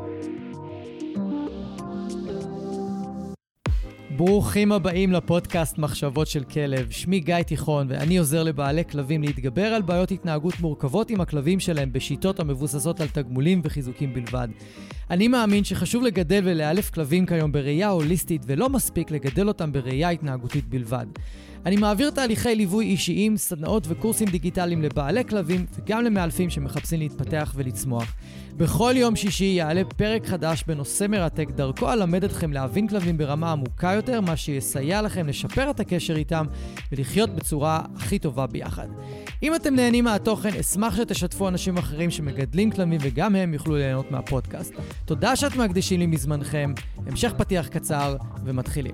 ברוכים הבאים לפודקאסט מחשבות של כלב. שמי גיא תיכון ואני עוזר לבעלי כלבים להתגבר על בעיות התנהגות מורכבות עם הכלבים שלהם בשיטות המבוססות על תגמולים וחיזוקים בלבד. אני מאמין שחשוב לגדל ולאלף כלבים כיום בראייה הוליסטית ולא מספיק לגדל אותם בראייה התנהגותית בלבד. אני מעביר תהליכי ליווי אישיים, סדנאות וקורסים דיגיטליים לבעלי כלבים וגם למאלפים שמחפשים להתפתח ולצמוח. בכל יום שישי יעלה פרק חדש בנושא מרתק, דרכו אלמד אתכם להבין כלבים ברמה עמוקה יותר, מה שיסייע לכם לשפר את הקשר איתם ולחיות בצורה הכי טובה ביחד. אם אתם נהנים מהתוכן, אשמח שתשתפו אנשים אחרים שמגדלים כלבים וגם הם יוכלו ליהנות מהפודקאסט. תודה שאתם מקדישים לי מזמנכם, המשך פתיח קצר ומתחילים.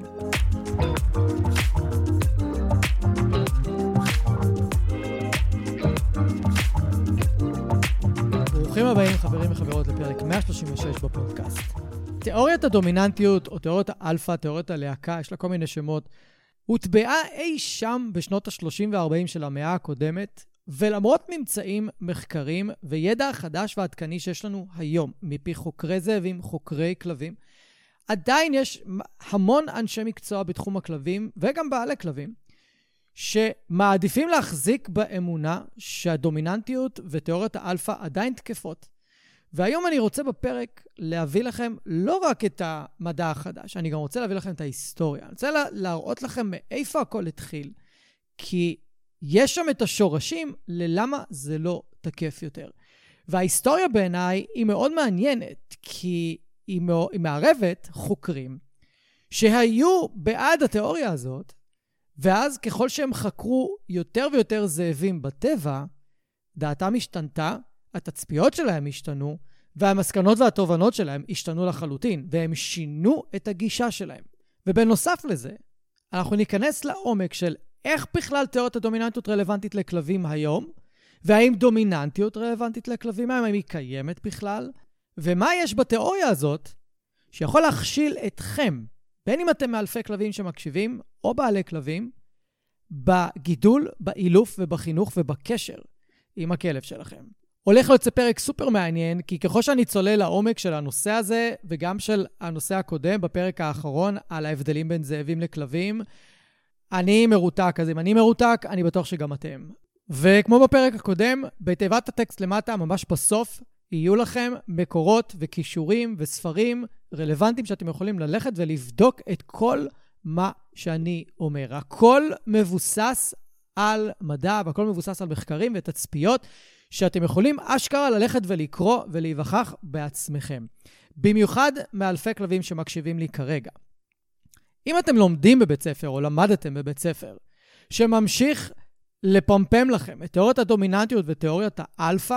ברוכים הבאים חברים וחברות לפרק 136 בפודקאסט. תיאוריית הדומיננטיות או תיאוריית האלפא, תיאוריית הלהקה, יש לה כל מיני שמות, הוטבעה אי שם בשנות ה-30 וה-40 של המאה הקודמת, ולמרות ממצאים, מחקרים וידע חדש ועדכני שיש לנו היום, מפי חוקרי זאבים, חוקרי כלבים, עדיין יש המון אנשי מקצוע בתחום הכלבים וגם בעלי כלבים, שמעדיפים להחזיק באמונה שהדומיננטיות ותיאוריית האלפא עדיין תקפות. והיום אני רוצה בפרק להביא לכם לא רק את המדע החדש, אני גם רוצה להביא לכם את ההיסטוריה. אני רוצה להראות לכם מאיפה הכל התחיל, כי יש שם את השורשים ללמה זה לא תקף יותר. וההיסטוריה בעיניי היא מאוד מעניינת, כי היא מערבת חוקרים שהיו בעד התיאוריה הזאת, ואז ככל שהם חקרו יותר ויותר זאבים בטבע, דעתם השתנתה, התצפיות שלהם השתנו, והמסקנות והתובנות שלהם השתנו לחלוטין, והם שינו את הגישה שלהם. ובנוסף לזה, אנחנו ניכנס לעומק של איך בכלל תיאוריית הדומיננטיות רלוונטית לכלבים היום, והאם דומיננטיות רלוונטית לכלבים היום, האם היא קיימת בכלל, ומה יש בתיאוריה הזאת שיכול להכשיל אתכם, בין אם אתם מאלפי כלבים שמקשיבים, או בעלי כלבים, בגידול, באילוף ובחינוך ובקשר עם הכלב שלכם. הולך להיות פרק סופר מעניין, כי ככל שאני צולל לעומק של הנושא הזה, וגם של הנושא הקודם, בפרק האחרון, על ההבדלים בין זאבים לכלבים, אני מרותק. אז אם אני מרותק, אני בטוח שגם אתם. וכמו בפרק הקודם, בתיבת הטקסט למטה, ממש בסוף, יהיו לכם מקורות וקישורים וספרים רלוונטיים שאתם יכולים ללכת ולבדוק את כל מה שאני אומר. הכל מבוסס על מדע והכל מבוסס על מחקרים ותצפיות שאתם יכולים אשכרה ללכת ולקרוא ולהיווכח בעצמכם. במיוחד מאלפי כלבים שמקשיבים לי כרגע. אם אתם לומדים בבית ספר או למדתם בבית ספר שממשיך לפמפם לכם את תיאוריית הדומיננטיות ותיאוריית האלפא,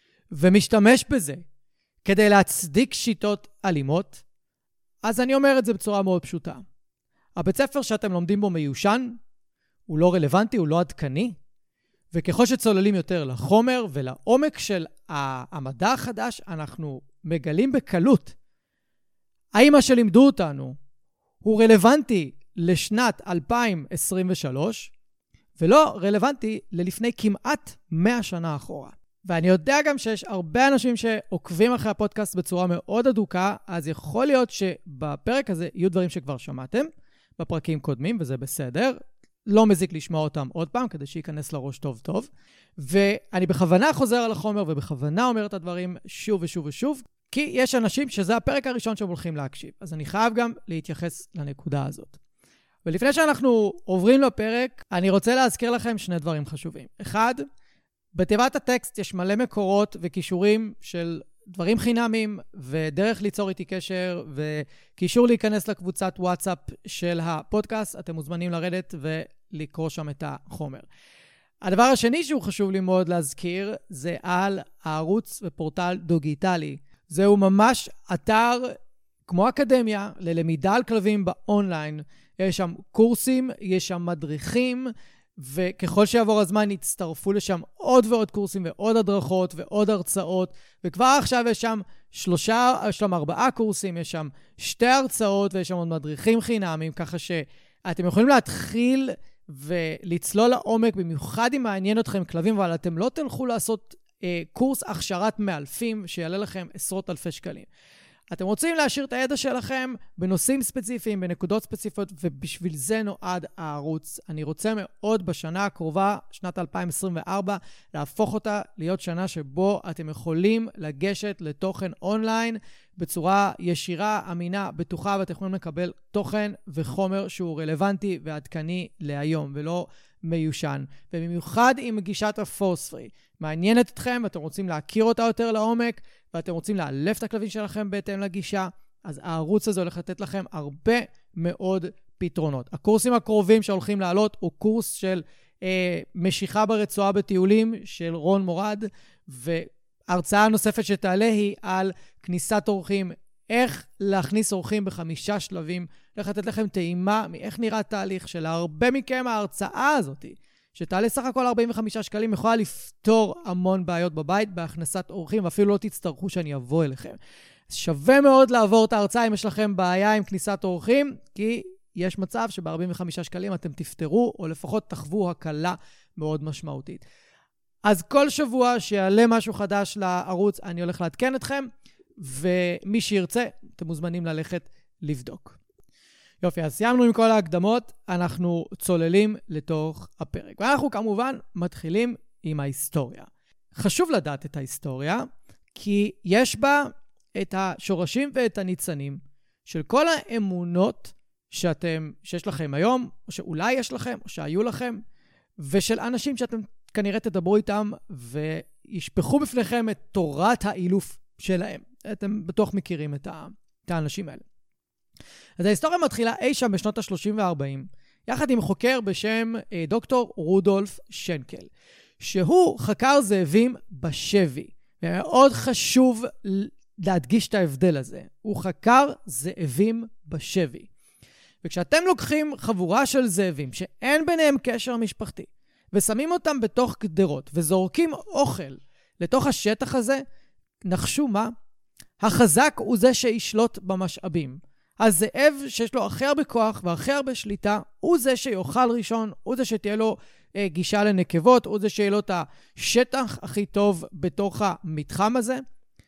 ומשתמש בזה כדי להצדיק שיטות אלימות, אז אני אומר את זה בצורה מאוד פשוטה. הבית ספר שאתם לומדים בו מיושן, הוא לא רלוונטי, הוא לא עדכני, וככל שצוללים יותר לחומר ולעומק של המדע החדש, אנחנו מגלים בקלות האם מה שלימדו אותנו הוא רלוונטי לשנת 2023, ולא רלוונטי ללפני כמעט 100 שנה אחורה. ואני יודע גם שיש הרבה אנשים שעוקבים אחרי הפודקאסט בצורה מאוד אדוקה, אז יכול להיות שבפרק הזה יהיו דברים שכבר שמעתם בפרקים קודמים, וזה בסדר. לא מזיק לשמוע אותם עוד פעם, כדי שייכנס לראש טוב טוב. ואני בכוונה חוזר על החומר, ובכוונה אומר את הדברים שוב ושוב ושוב, כי יש אנשים שזה הפרק הראשון שהם הולכים להקשיב. אז אני חייב גם להתייחס לנקודה הזאת. ולפני שאנחנו עוברים לפרק, אני רוצה להזכיר לכם שני דברים חשובים. אחד, בתיבת הטקסט יש מלא מקורות וקישורים של דברים חינמים, ודרך ליצור איתי קשר, וקישור להיכנס לקבוצת וואטסאפ של הפודקאסט. אתם מוזמנים לרדת ולקרוא שם את החומר. הדבר השני שהוא חשוב לי מאוד להזכיר, זה על הערוץ ופורטל דיגיטלי. זהו ממש אתר כמו אקדמיה ללמידה על כלבים באונליין. יש שם קורסים, יש שם מדריכים, וככל שיעבור הזמן יצטרפו לשם עוד ועוד קורסים ועוד הדרכות ועוד הרצאות, וכבר עכשיו יש שם 4 קורסים, יש שם 2 הרצאות ויש שם עוד מדריכים חינמים, ככה שאתם יכולים להתחיל ולצלול לעומק, במיוחד אם מעניין אתכם כלבים, אבל אתם לא תלכו לעשות קורס הכשרת מאלפים שיעלה לכם עשרות אלפי שקלים. אתם רוצים להשאיר את הידע שלכם בנושאים ספציפיים, בנקודות ספציפיות, ובשביל זה נועד הערוץ. אני רוצה מאוד בשנה הקרובה, שנת 2024, להפוך אותה להיות שנה שבו אתם יכולים לגשת לתוכן אונליין בצורה ישירה, אמינה, בטוחה, ואתם יכולים לקבל תוכן וחומר שהוא רלוונטי ועדכני להיום, ולא מיושן. ובמיוחד עם גישת הפורס פרי. מעניינת אתכם, ואתם רוצים להכיר אותה יותר לעומק, ואתם רוצים לאלף את הכלבים שלכם בהתאם לגישה, אז הערוץ הזה הולך לתת לכם הרבה מאוד פתרונות. הקורסים הקרובים שהולכים לעלות הוא קורס של משיכה ברצועה בטיולים של רון מורד, והרצאה נוספת שתעלה היא על כניסת אורחים, איך להכניס אורחים ב5 שלבים, איך לתת לכם טעימה מאיך נראה תהליך של הרבה מכם. ההרצאה הזאת, שתעלה סך הכל 45 שקלים, יכולה לפתור המון בעיות בבית, בהכנסת אורחים, ואפילו לא תצטרכו שאני אבוא אליכם. שווה מאוד לעבור את ההרצאה אם יש לכם בעיה עם כניסת אורחים, כי יש מצב שב-45 שקלים אתם תפתרו, או לפחות תחוו הקלה מאוד משמעותית. אז כל שבוע שיעלה משהו חדש לערוץ, אני הולך לעדכן אתכם, ומי שירצה, אתם מוזמנים ללכת לבדוק. יופי, אז סיימנו עם כל ההקדמות, אנחנו צוללים לתוך הפרק. ואנחנו כמובן מתחילים עם ההיסטוריה. חשוב לדעת את ההיסטוריה, כי יש בה את השורשים ואת הניצנים של כל האמונות שיש לכם היום, או שאולי יש לכם, או שהיו לכם, ושל אנשים שאתם כנראה תדברו איתם, וישפכו בפניכם את תורת האילוף שלהם. אתם בטוח מכירים את האנשים האלה. אז ההיסטוריה מתחילה אי שם בשנות ה-30 וה-40, יחד עם חוקר בשם דוקטור רודולף שנקל, שהוא חקר זאבים בשבי. ומאוד חשוב להדגיש את ההבדל הזה. הוא חקר זאבים בשבי. וכשאתם לוקחים חבורה של זאבים שאין ביניהם קשר משפחתי, ושמים אותם בתוך גדרות, וזורקים אוכל לתוך השטח הזה, נחשו מה? החזק הוא זה שישלוט במשאבים. הזאב שיש לו הכי הרבה כוח והכי הרבה שליטה, הוא זה שיאכל ראשון, הוא זה שתהיה לו גישה לנקבות, הוא זה שיהיה לו את השטח הכי טוב בתוך המתחם הזה.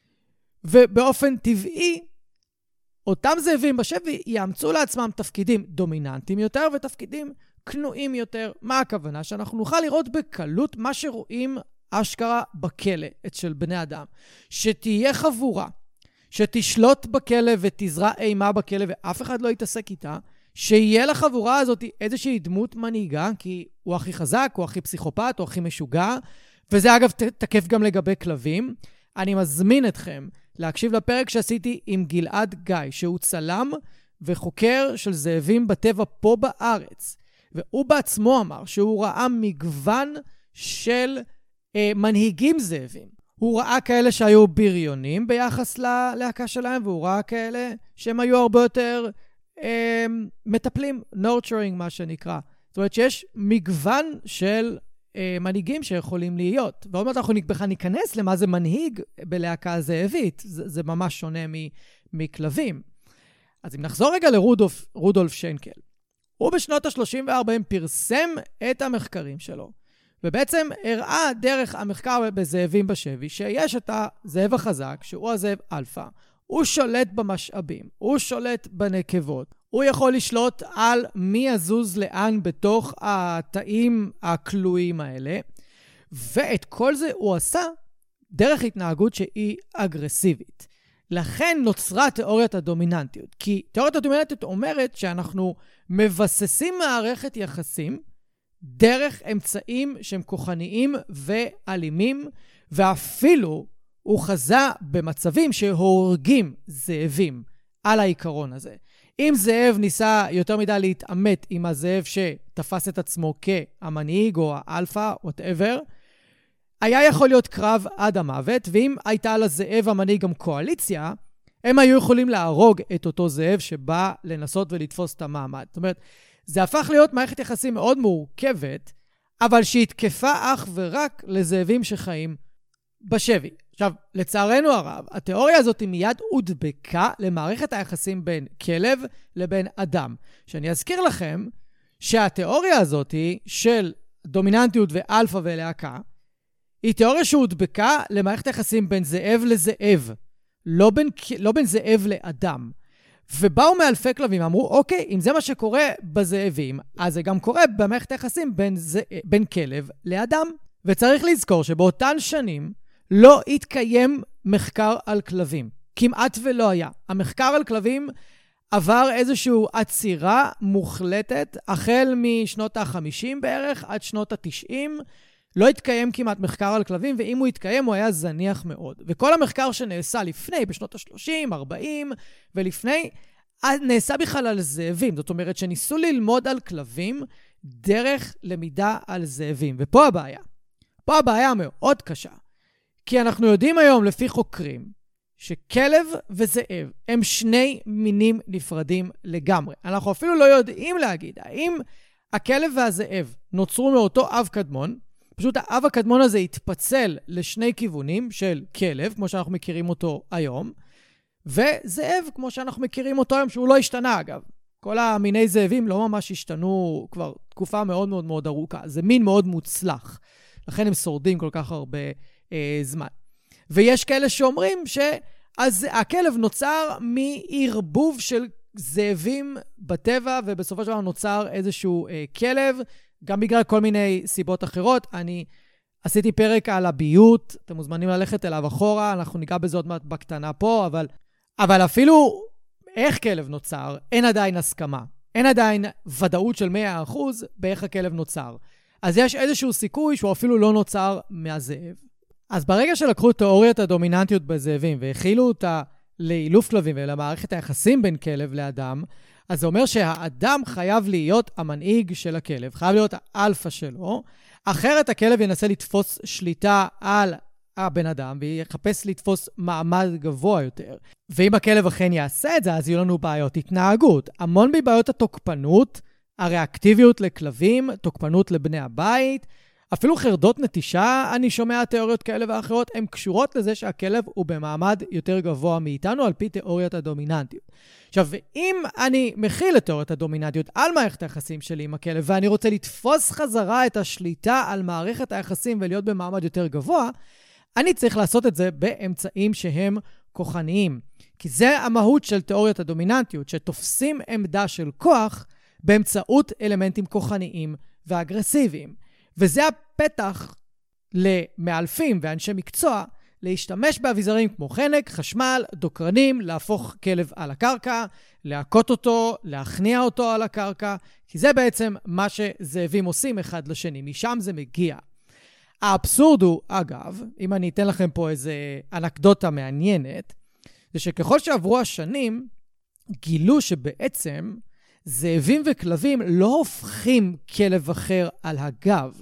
ובאופן טבעי, אותם זאבים בשבי יאמצו לעצמם תפקידים דומיננטיים יותר ותפקידים כנועים יותר. מה הכוונה? שאנחנו נוכל לראות בקלות מה שרואים אשכרה בכלא אצל בני אדם. שתהיה חבורה שתשלוט בכלא ותזרע אימה בכלא ואף אחד לא יתעסק איתה, שיהיה לחבורה הזאת איזושהי דמות מנהיגה, כי הוא הכי חזק, הוא הכי פסיכופת, הוא הכי משוגע, וזה אגב תקף גם לגבי כלבים. אני מזמין אתכם להקשיב לפרק שעשיתי עם גלעד גיא, שהוא צלם וחוקר של זאבים בטבע פה בארץ, והוא בעצמו אמר שהוא ראה מגוון של מנהיגים זאבים. הוא ראה כאלה שהיו בריונים ביחס ללהקה שלהם, והוא ראה כאלה שהם היו הרבה יותר מטפלים, nurturing מה שנקרא. זאת אומרת שיש מגוון של מנהיגים שיכולים להיות. ועוד מעט אנחנו בכלל ניכנס למה זה מנהיג בלהקה זאבית. זה ממש שונה מכלבים. אז אם נחזור רגע לרודולף שנקל, הוא בשנות ה-30 וה-40 פרסם את המחקרים שלו. ובעצם הראה דרך המחקר בזאבים בשבי, שיש את הזאב החזק, שהוא הזאב אלפא, הוא שולט במשאבים, הוא שולט בנקבות, הוא יכול לשלוט על מי יזוז לאן בתוך התאים הכלואים האלה, ואת כל זה הוא עשה דרך התנהגות שהיא אגרסיבית. לכן נוצרה תיאוריית הדומיננטיות, כי תיאוריית הדומיננטיות אומרת שאנחנו מבססים מערכת יחסים, דרך אמצעים שהם כוחניים ואלימים, ואפילו הוא חזה במצבים שהורגים זאבים על העיקרון הזה. אם זאב ניסה יותר מדי להתעמת עם הזאב שתפס את עצמו כהמנהיג או האלפא, whatever, היה יכול להיות קרב עד המוות, ואם הייתה לזאב המנהיג גם קואליציה, הם היו יכולים להרוג את אותו זאב שבא לנסות ולתפוס את המעמד. זאת אומרת, זה הפך להיות מערכת יחסים מאוד מורכבת, אבל שהתקפה אך ורק לזאבים שחיים בשבי. עכשיו, לצערנו הרב, התיאוריה הזאת מיד הודבקה למערכת היחסים בין כלב לבין אדם. שאני אזכיר לכם שהתיאוריה הזאת של דומיננטיות ואלפא ולהקה, היא תיאוריה שהודבקה למערכת היחסים בין זאב לזאב. לא בין זאב לאדם. ובאו מאלפי כלבים, אמרו, אוקיי, אם זה מה שקורה בזאבים, אז זה גם קורה במערכת היחסים בין כלב לאדם. וצריך לזכור שבאותן שנים לא התקיים מחקר על כלבים. כמעט ולא היה. המחקר על כלבים עבר איזושהי עצירה מוחלטת, החל משנות ה-50 בערך עד שנות ה-90, לא התקיים כמעט מחקר על כלבים, ואם הוא התקיים הוא היה זניח מאוד. וכל המחקר שנעשה לפני, בשנות ה-30, 40 ולפני, נעשה בכלל על זאבים. זאת אומרת שניסו ללמוד על כלבים דרך למידה על זאבים. ופה הבעיה. פה הבעיה מאוד קשה. כי אנחנו יודעים היום לפי חוקרים, שכלב וזאב הם שני מינים נפרדים לגמרי. אנחנו אפילו לא יודעים להגיד, האם הכלב והזאב נוצרו מאותו אב קדמון, פשוט האב הקדמון הזה התפצל לשני כיוונים של כלב, כמו שאנחנו מכירים אותו היום, וזאב, כמו שאנחנו מכירים אותו היום, שהוא לא השתנה אגב. כל המיני זאבים לא ממש השתנו כבר תקופה מאוד מאוד מאוד ארוכה. זה מין מאוד מוצלח. לכן הם שורדים כל כך הרבה זמן. ויש כאלה שאומרים שהכלב נוצר מערבוב של זאבים בטבע, ובסופו של דבר נוצר איזשהו כלב, גם בגלל כל מיני סיבות אחרות. אני עשיתי פרק על הביות, אתם מוזמנים ללכת אליו אחורה, אנחנו ניגע בזה עוד מעט בקטנה פה, אבל אפילו איך כלב נוצר, אין עדיין הסכמה. אין עדיין ודאות של 100% באיך הכלב נוצר. אז יש איזשהו סיכוי שהוא אפילו לא נוצר מהזאב. אז ברגע שלקחו תיאוריית הדומיננטיות בזאבים והכילו אותה לאילוף כלבים ולמערכת היחסים בין כלב לאדם, אז זה אומר שהאדם חייב להיות המנהיג של הכלב, חייב להיות האלפא שלו, אחרת הכלב ינסה לתפוס שליטה על הבן אדם ויחפש לתפוס מעמד גבוה יותר. ואם הכלב אכן יעשה את זה, אז יהיו לנו בעיות התנהגות. המון מבעיות התוקפנות, הריאקטיביות לכלבים, תוקפנות לבני הבית, אפילו חרדות נטישה, אני שומע תיאוריות כאלה ואחרות, הן קשורות לזה שהכלב הוא במעמד יותר גבוה מאיתנו, על פי תיאוריית הדומיננטיות. עכשיו, אם אני מכיל את תיאוריית הדומיננטיות על מערכת היחסים שלי עם הכלב, ואני רוצה לתפוס חזרה את השליטה על מערכת היחסים ולהיות במעמד יותר גבוה, אני צריך לעשות את זה באמצעים שהם כוחניים. כי זה המהות של תיאוריית הדומיננטיות, שתופסים עמדה של כוח באמצעות אלמנטים כוחניים ואגרסיביים. וזה הפתח למאלפים ואנשי מקצוע להשתמש באביזרים כמו חנק, חשמל, דוקרנים, להפוך כלב על הקרקע, להכות אותו, להכניע אותו על הקרקע, כי זה בעצם מה שזאבים עושים אחד לשני, משם זה מגיע. האבסורד הוא, אגב, אם אני אתן לכם פה איזה אנקדוטה מעניינת, זה שככל שעברו השנים, גילו שבעצם זאבים וכלבים לא הופכים כלב אחר על הגב.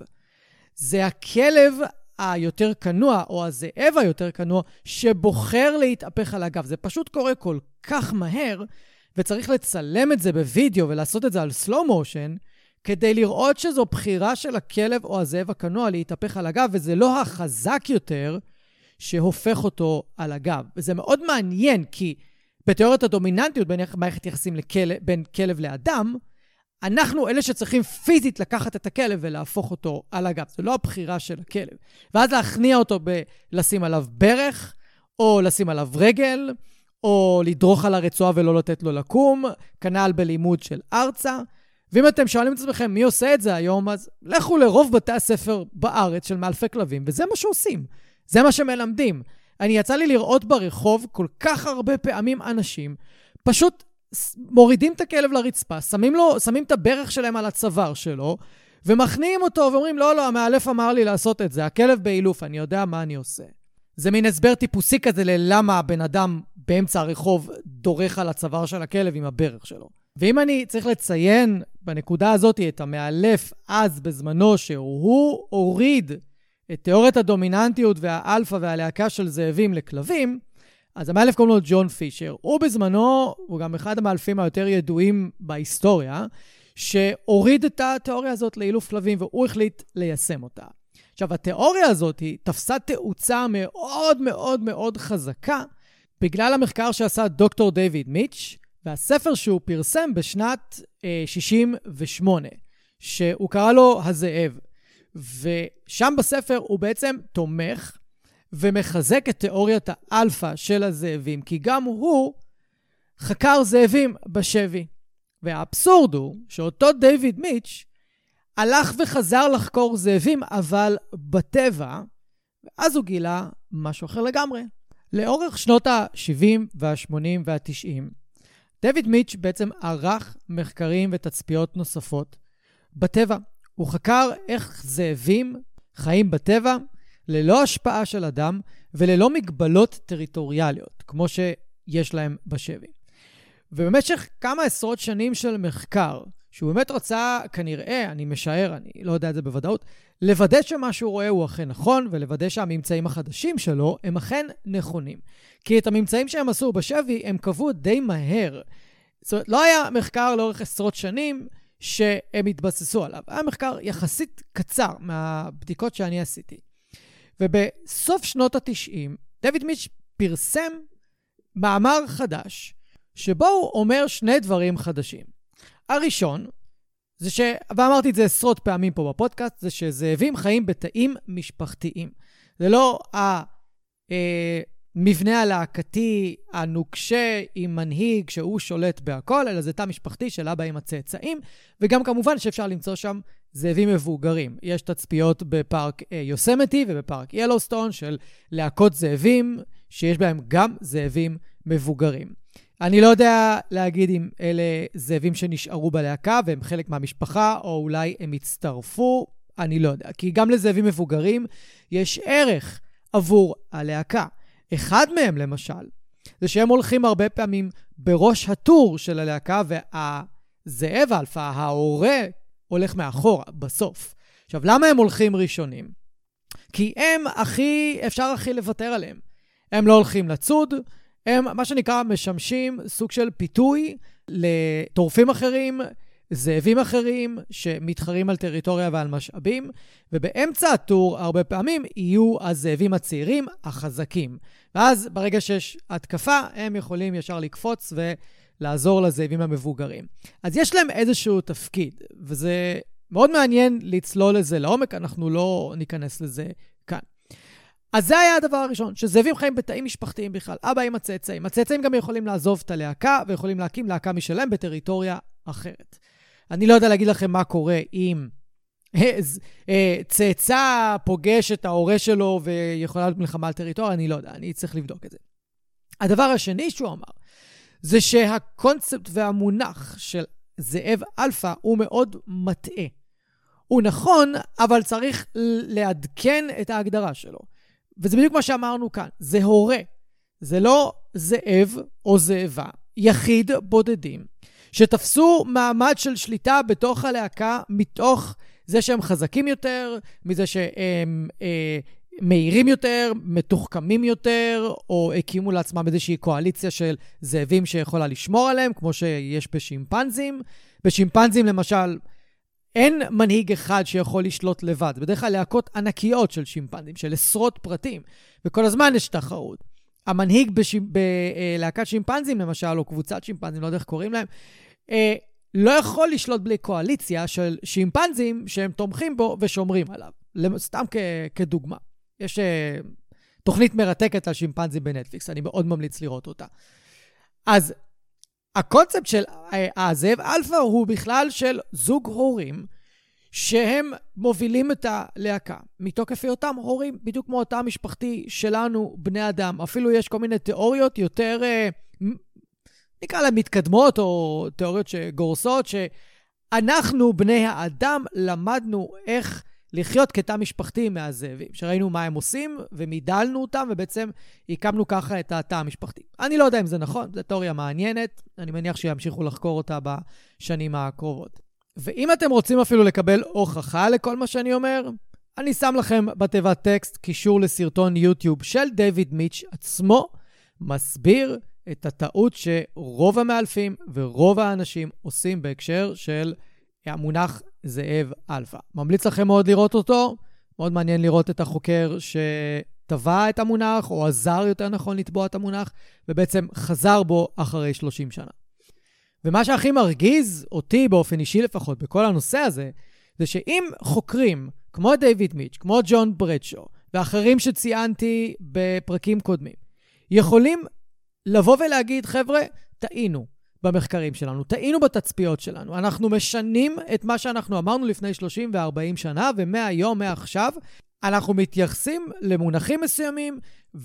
זה הכלב היותר כנוע, או הזאב היותר כנוע, שבוחר להתהפך על הגב. זה פשוט קורה כל כך מהר, וצריך לצלם את זה בווידאו ולעשות את זה על סלו מושן, כדי לראות שזו בחירה של הכלב או הזאב הכנוע להתהפך על הגב, וזה לא החזק יותר שהופך אותו על הגב. וזה מאוד מעניין, כי בתיאוריית הדומיננטיות בין מערכת יחסים בין כלב לאדם, אנחנו אלה שצריכים פיזית לקחת את הכלב ולהפוך אותו על הגב. זה לא הבחירה של הכלב. ואז להכניע אותו בלשים עליו ברך, או לשים עליו רגל, או לדרוך על הרצועה ולא לתת לו לקום, כנ"ל בלימוד של ארצה. ואם אתם שואלים את עצמכם מי עושה את זה היום, אז לכו לרוב בתי הספר בארץ של מאלפי כלבים, וזה מה שעושים. זה מה שמלמדים. אני יצא לי לראות ברחוב כל כך הרבה פעמים אנשים, פשוט מורידים את הכלב לרצפה, שמים את הברך שלהם על הצוואר שלו, ומכניעים אותו ואומרים, לא, המאלף אמר לי לעשות את זה, הכלב באילוף, אני יודע מה אני עושה. זה מין הסבר טיפוסי כזה ללמה הבן אדם באמצע הרחוב דורך על הצוואר של הכלב עם הברך שלו. ואם אני צריך לציין בנקודה הזאת את המאלף אז בזמנו, שהוא הוריד את תיאוריית הדומיננטיות והאלפא והלהקה של זאבים לכלבים, אז המאלף קוראים לו ג'ון פישר. הוא בזמנו, הוא גם אחד המאלפים היותר ידועים בהיסטוריה, שהוריד את התיאוריה הזאת לאילוף כלבים, והוא החליט ליישם אותה. עכשיו, התיאוריה הזאת היא תפסה תאוצה מאוד מאוד מאוד חזקה, בגלל המחקר שעשה דוקטור דיוויד מיץ', והספר שהוא פרסם בשנת 68, שהוא קרא לו הזאב. ושם בספר הוא בעצם תומך ומחזק את תיאוריית האלפא של הזאבים, כי גם הוא חקר זאבים בשבי. והאבסורד הוא שאותו דיוויד מיץ' הלך וחזר לחקור זאבים, אבל בטבע, ואז הוא גילה משהו אחר לגמרי. לאורך שנות ה-70 וה-80 וה-90, דיוויד מיץ' בעצם ערך מחקרים ותצפיות נוספות בטבע. הוא חקר איך זאבים חיים בטבע ללא השפעה של אדם וללא מגבלות טריטוריאליות, כמו שיש להם בשבי. ובמשך כמה עשרות שנים של מחקר, שהוא באמת רצה כנראה, אני משער, אני לא יודע את זה בוודאות, לוודא שמה שהוא רואה הוא אכן נכון, ולוודא שהממצאים החדשים שלו הם אכן נכונים. כי את הממצאים שהם עשו בשבי, הם קבעו די מהר. זאת אומרת, לא היה מחקר לאורך עשרות שנים שהם התבססו עליו. היה מחקר יחסית קצר מהבדיקות שאני עשיתי. ובסוף שנות ה-90, דיוויד מיץ' פרסם מאמר חדש, שבו הוא אומר שני דברים חדשים. הראשון, זה ואמרתי את זה עשרות פעמים פה בפודקאסט, זה שזאבים חיים בתאים משפחתיים. זה לא המבנה הלהקתי הנוקשה עם מנהיג שהוא שולט בהכל, אלא זה תא משפחתי של אבא עם הצאצאים, וגם כמובן שאפשר למצוא שם זאבים מבוגרים. יש תצפיות בפארק יוסמטי ובפארק ילוסטון של להקות זאבים, שיש בהם גם זאבים מבוגרים. אני לא יודע להגיד אם אלה זאבים שנשארו בלהקה והם חלק מהמשפחה, או אולי הם הצטרפו, אני לא יודע. כי גם לזאבים מבוגרים יש ערך עבור הלהקה. אחד מהם, למשל, זה שהם הולכים הרבה פעמים בראש הטור של הלהקה, והזאב אלפא, ההורה, הולך מאחורה, בסוף. עכשיו, למה הם הולכים ראשונים? כי הם אפשר הכי לוותר עליהם. הם לא הולכים לצוד, הם, מה שנקרא, משמשים סוג של פיתוי לטורפים אחרים, זאבים אחרים שמתחרים על טריטוריה ועל משאבים, ובאמצע הטור הרבה פעמים יהיו הזאבים הצעירים החזקים. ואז ברגע שיש התקפה, הם יכולים ישר לקפוץ ולעזור לזאבים המבוגרים. אז יש להם איזשהו תפקיד, וזה מאוד מעניין לצלול לזה לעומק, אנחנו לא ניכנס לזה כאן. אז זה היה הדבר הראשון, שזאבים חיים בתאים משפחתיים בכלל, אבא עם הצאצאים. הצאצאים גם יכולים לעזוב את הלהקה, ויכולים להקים להקה משלהם בטריטוריה אחרת. אני לא יודע להגיד לכם מה קורה אם צאצא פוגש את ההורה שלו, ויכולה להיות מלחמה על טריטוריה, אני לא יודע, אני צריך לבדוק את זה. הדבר השני שהוא אמר, זה שהקונספט והמונח של זאב אלפא הוא מאוד מטעה. הוא נכון, אבל צריך לעדכן את ההגדרה שלו. וזה בדיוק מה שאמרנו כאן, זה הורה, זה לא זאב או זאבה, יחיד בודדים, שתפסו מעמד של שליטה בתוך הלהקה, מתוך זה שהם חזקים יותר, מזה שהם מהירים יותר, מתוחכמים יותר, או הקימו לעצמם איזושהי קואליציה של זאבים שיכולה לשמור עליהם, כמו שיש בשימפנזים. בשימפנזים למשל, אין מנהיג אחד שיכול לשלוט לבד. בדרך כלל להקות ענקיות של שימפנזים, של עשרות פרטים, וכל הזמן יש תחרות. המנהיג בלהקת שימפנזים, למשל, או קבוצת שימפנזים, לא יודע איך קוראים להם, לא יכול לשלוט בלי קואליציה של שימפנזים שהם תומכים בו ושומרים עליו. סתם כדוגמה. יש תוכנית מרתקת על שימפנזים בנטפליקס, אני מאוד ממליץ לראות אותה. אז הקונספט של הזאב אלפא הוא בכלל של זוג הורים שהם מובילים את הלהקה. מתוקף היותם הורים, בדיוק כמו אותה משפחתי שלנו, בני אדם. אפילו יש כל מיני תיאוריות יותר, נקרא להם מתקדמות, או תיאוריות שגורסות, שאנחנו, בני האדם, למדנו איך לחיות כתא משפחתי מהזאבים. שראינו מה הם עושים, ומידלנו אותם, ובעצם הקמנו ככה את התא המשפחתי. אני לא יודע אם זה נכון, זו תיאוריה מעניינת, אני מניח שימשיכו לחקור אותה בשנים הקרובות. ואם אתם רוצים אפילו לקבל הוכחה לכל מה שאני אומר, אני שם לכם בתיבת טקסט קישור לסרטון יוטיוב של דיוויד מיץ' עצמו, מסביר את הטעות שרוב המאלפים ורוב האנשים עושים בהקשר של המונח זאב אלפא. ממליץ לכם מאוד לראות אותו, מאוד מעניין לראות את החוקר שטבע את המונח, או עזר יותר נכון לטבוע את המונח, ובעצם חזר בו אחרי 30 שנה. ומה שהכי מרגיז אותי באופן אישי לפחות בכל הנושא הזה, זה שאם חוקרים כמו דיוויד מיץ', כמו ג'ון ברדשו, ואחרים שציינתי בפרקים קודמים, יכולים לבוא ולהגיד, חבר'ה, טעינו במחקרים שלנו, טעינו בתצפיות שלנו, אנחנו משנים את מה שאנחנו אמרנו לפני 30 ו-40 שנה, ומהיום, מעכשיו, אנחנו מתייחסים למונחים מסוימים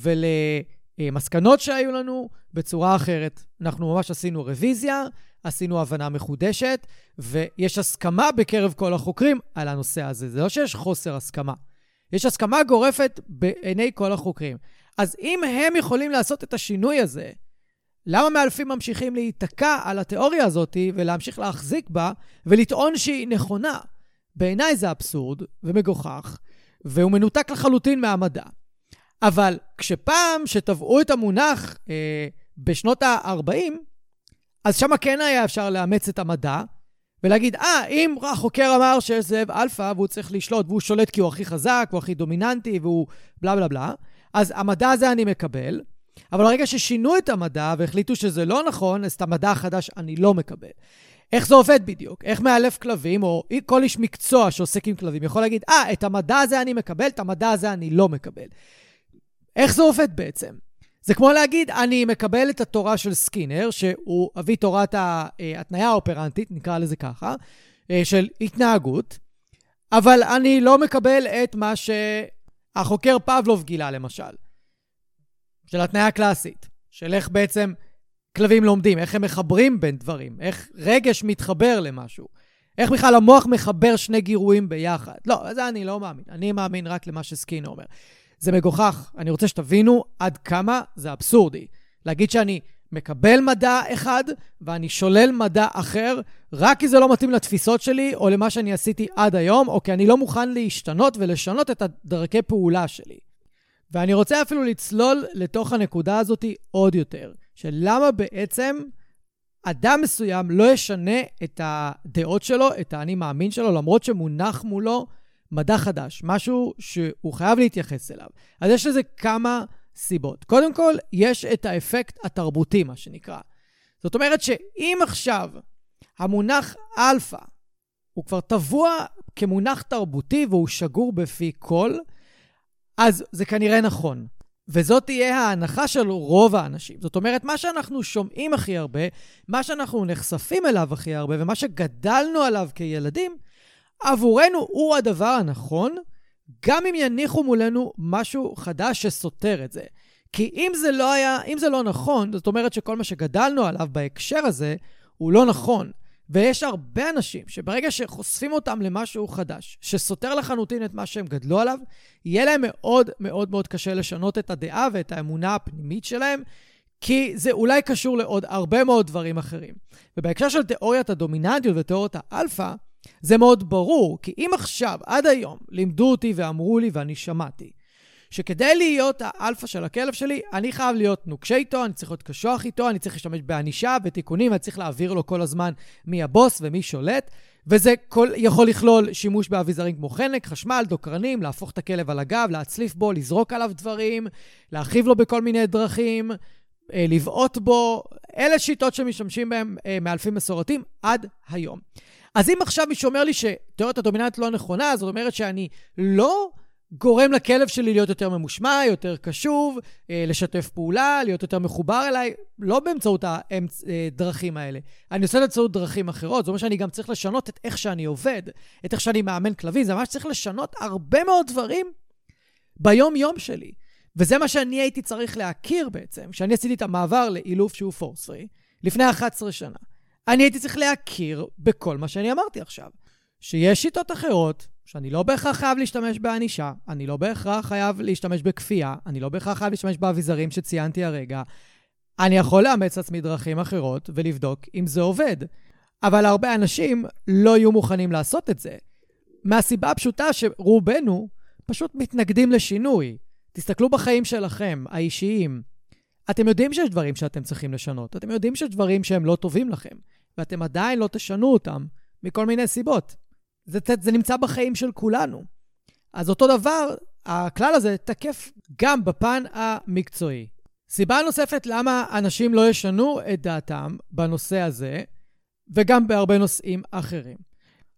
ולמסקנות שהיו לנו בצורה אחרת. אנחנו ממש עשינו רוויזיה, עשינו הבנה מחודשת, ויש הסכמה בקרב כל החוקרים על הנושא הזה. זה לא שיש חוסר הסכמה. יש הסכמה גורפת בעיני כל החוקרים. אז אם הם יכולים לעשות את השינוי הזה, למה מאלפים ממשיכים להיתקע על התיאוריה הזאת ולהמשיך להחזיק בה ולטעון שהיא נכונה? בעיניי זה אבסורד ומגוחך, והוא מנותק לחלוטין מהמדע. אבל כשפעם שטבעו את המונח בשנות ה-40, אז שמה כן היה אפשר לאמץ את המדע, ולהגיד, אם החוקר אמר שיש זאב אלפא, והוא צריך לשלוט, והוא שולט כי הוא הכי חזק, הוא הכי דומיננטי, והוא בלה בלה בלה, אז המדע הזה אני מקבל, אבל ברגע ששינו את המדע, והחליטו שזה לא נכון, אז את המדע החדש אני לא מקבל. איך זה עובד בדיוק? איך מאלף כלבים, או כל איש מקצוע שעוסק עם כלבים, יכול להגיד, את המדע הזה אני מקבל, את המדע הזה אני לא מקבל. איך זה עובד בעצם? זה כמו להגיד, אני מקבל את התורה של סקינר, שהוא אבי תורת ההתניה האופרנטית, נקרא לזה ככה, של התנהגות, אבל אני לא מקבל את מה שהחוקר פבלוב גילה, למשל, של התניה קלאסית, של איך בעצם כלבים לומדים, איך הם מחברים בין דברים, איך רגש מתחבר למשהו, איך בכלל המוח מחבר שני גירויים ביחד. לא, זה אני לא מאמין. אני מאמין רק למה שסקינר אומר. זה מגוחך. אני רוצה שתבינו עד כמה זה אבסורדי. להגיד שאני מקבל מדע אחד ואני שולל מדע אחר, רק כי זה לא מתאים לתפיסות שלי או למה שאני עשיתי עד היום, או כי אני לא מוכן להשתנות ולשנות את הדרכי פעולה שלי. ואני רוצה אפילו לצלול לתוך הנקודה הזאת עוד יותר, של למה בעצם אדם מסוים לא ישנה את הדעות שלו, את האני מאמין שלו, למרות שמונח מולו מדע חדש, משהו שהוא חייב להתייחס אליו. אז יש לזה כמה סיבות. קודם כל, יש את האפקט התרבותי, מה שנקרא. זאת אומרת שאם עכשיו המונח אלפא הוא כבר טבוע כמונח תרבותי והוא שגור בפי כל, אז זה כנראה נכון. וזאת תהיה ההנחה של רוב האנשים. זאת אומרת, מה שאנחנו שומעים הכי הרבה, מה שאנחנו נחשפים אליו הכי הרבה, ומה שגדלנו עליו כילדים, עבורנו הוא הדבר הנכון, גם אם יניחו מולנו משהו חדש שסותר את זה. כי אם זה לא נכון, זאת אומרת שכל מה שגדלנו עליו בהקשר הזה, הוא לא נכון. ויש הרבה אנשים שברגע שחושפים אותם למשהו חדש, שסותר לחלוטין את מה שהם גדלו עליו, יהיה להם מאוד מאוד מאוד קשה לשנות את הדעה ואת האמונה הפנימית שלהם, כי זה אולי קשור לעוד הרבה מאוד דברים אחרים. ובהקשר של תיאוריית הדומיננטיות ותיאוריית האלפא, זה מאוד ברור, כי אם עכשיו, עד היום, לימדו אותי ואמרו לי ואני שמעתי, שכדי להיות האלפא של הכלב שלי, אני חייב להיות נוקשה איתו, אני צריך להיות קשוח איתו, אני צריך להשתמש בענישה ותיקונים, אני צריך להעביר לו כל הזמן מי הבוס ומי שולט, וזה יכול לכלול שימוש באביזרים כמו חנק, חשמל, דוקרנים, להפוך את הכלב על הגב, להצליף בו, לזרוק עליו דברים, להרחיב לו בכל מיני דרכים, לבעוט בו. אלה שיטות שמשתמשים בהם מאלפים מסורתיים עד היום. אז אם עכשיו מישהו אומר לי שתיאוריית הדומיננטיות לא נכונה, זאת אומרת שאני לא גורם לכלב שלי להיות יותר ממושמע, יותר קשוב, לשתף פעולה, להיות יותר מחובר אליי, לא באמצעות הדרכים האלה. אני עושה באמצעות דרכים אחרות, זאת אומרת שאני גם צריך לשנות את איך שאני עובד, את איך שאני מאמן כלבים, זה ממש צריך לשנות הרבה מאוד דברים ביום יום שלי. וזה מה שאני הייתי צריך להכיר בעצם, כשאני עשיתי את המעבר לאילוף שהוא פורס פרי, לפני 11 שנה. אני הייתי צריך להכיר בכל מה שאני אמרתי עכשיו. שיש שיטות אחרות, שאני לא בהכרח חייב להשתמש בענישה, אני לא בהכרח חייב להשתמש בכפייה, אני לא בהכרח חייב להשתמש באביזרים שציינתי הרגע. אני יכול לאמץ עצמי דרכים אחרות ולבדוק אם זה עובד. אבל הרבה אנשים לא יהיו מוכנים לעשות את זה. מהסיבה הפשוטה שרובנו פשוט מתנגדים לשינוי. תסתכלו בחיים שלכם, האישיים. אתם יודעים שיש דברים שאתם צריכים לשנות. אתם יודעים שיש דברים שהם לא טובים לכם. ואתם עדיין לא תשנו אותם מכל מיני סיבות. זה נמצא בחיים של כולנו. אז אותו דבר, הכלל הזה תקף גם בפן המקצועי. סיבה נוספת למה אנשים לא ישנו את דעתם בנושא הזה, וגם בהרבה נושאים אחרים.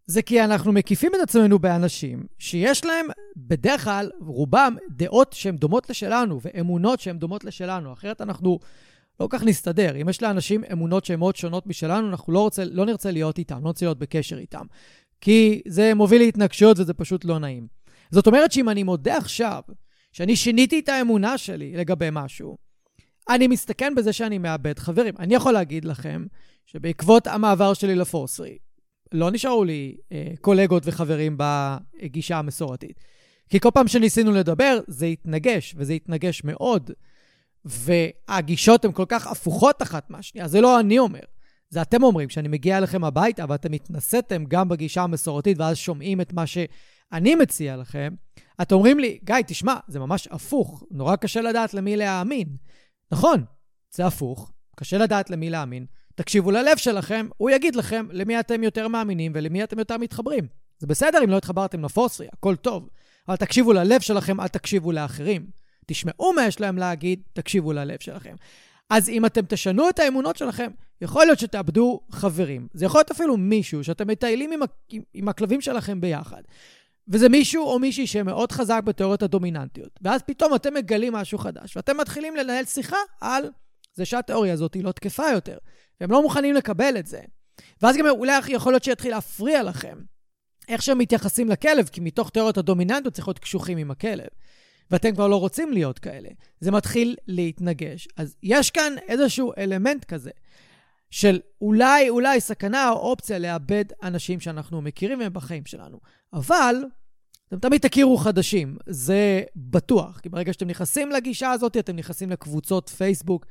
זה כי אנחנו מקיפים את עצמנו באנשים שיש להם בדרך כלל, רובם, דעות שהן דומות לשלנו, ואמונות שהן דומות לשלנו. אחרת אנחנו לא כך נסתדר. אם יש לאנשים אמונות שהן מאוד שונות משלנו, אנחנו לא נרצה להיות איתם, לא נרצה להיות בקשר איתם. כי זה מוביל להתנגשויות וזה פשוט לא נעים. זאת אומרת שאם אני מודה עכשיו, שאני שיניתי את האמונה שלי לגבי משהו, אני מסתכן בזה שאני מאבד חברים. אני יכול להגיד לכם שבעקבות המעבר שלי לפורסרי, לא נשארו לי קולגות וחברים בגישה המסורתית. כי כל פעם שניסינו לדבר, זה התנגש, וזה התנגש מאוד. והגישות הן כל כך הפוכות אחת מהשנייה. זה לא אני אומר. זה אתם אומרים, שאני מגיע אליכם הביתה, ואתם התנסיתם גם בגישה המסורתית, ואז שומעים את מה שאני מציע לכם. אתם אומרים לי, גיא, תשמע, זה ממש הפוך. נורא קשה לדעת למי להאמין. נכון, זה הפוך. קשה לדעת למי להאמין. תקשיבו ללב שלכם, הוא יגיד לכם למי אתם יותר מאמינים ולמי אתם יותר מתחברים. זה בסדר אם לא התחברתם לפורסרי, הכל טוב. אבל תקשיבו ללב שלכם, אל תקשיבו לאחרים. תשמעו מה יש להם להגיד, תקשיבו ללב שלכם. אז אם אתם תשנו את האמונות שלכם, יכול להיות שתאבדו חברים. זה יכול להיות אפילו מישהו שאתם מטיילים עם הכלבים שלכם ביחד. וזה מישהו או מישהי שמאוד חזק בתיאוריות הדומיננטיות. ואז פתאום אתם מגלים משהו חדש, ואתם מתחילים לנהל שיחה על זה שהתיאוריה הזאת היא לא תקפה יותר. והם לא מוכנים לקבל את זה. ואז גם אולי יכול להיות שיתחיל להפריע לכם איך שהם מתייחסים לכלב, כי מתוך תיאוריות הדומיננטיות צריך להיות קשוחים עם הכלב. ואתם כבר לא רוצים להיות כאלה. זה מתחיל להתנגש. אז יש כאן איזשהו אלמנט כזה, של אולי סכנה או אופציה לאבד אנשים שאנחנו מכירים מהם בחיים שלנו. אבל אתם תמיד תכירו חדשים, זה בטוח. כי ברגע שאתם נכנסים לגישה הזאת, אתם נכנסים לקבוצות פייסבוק,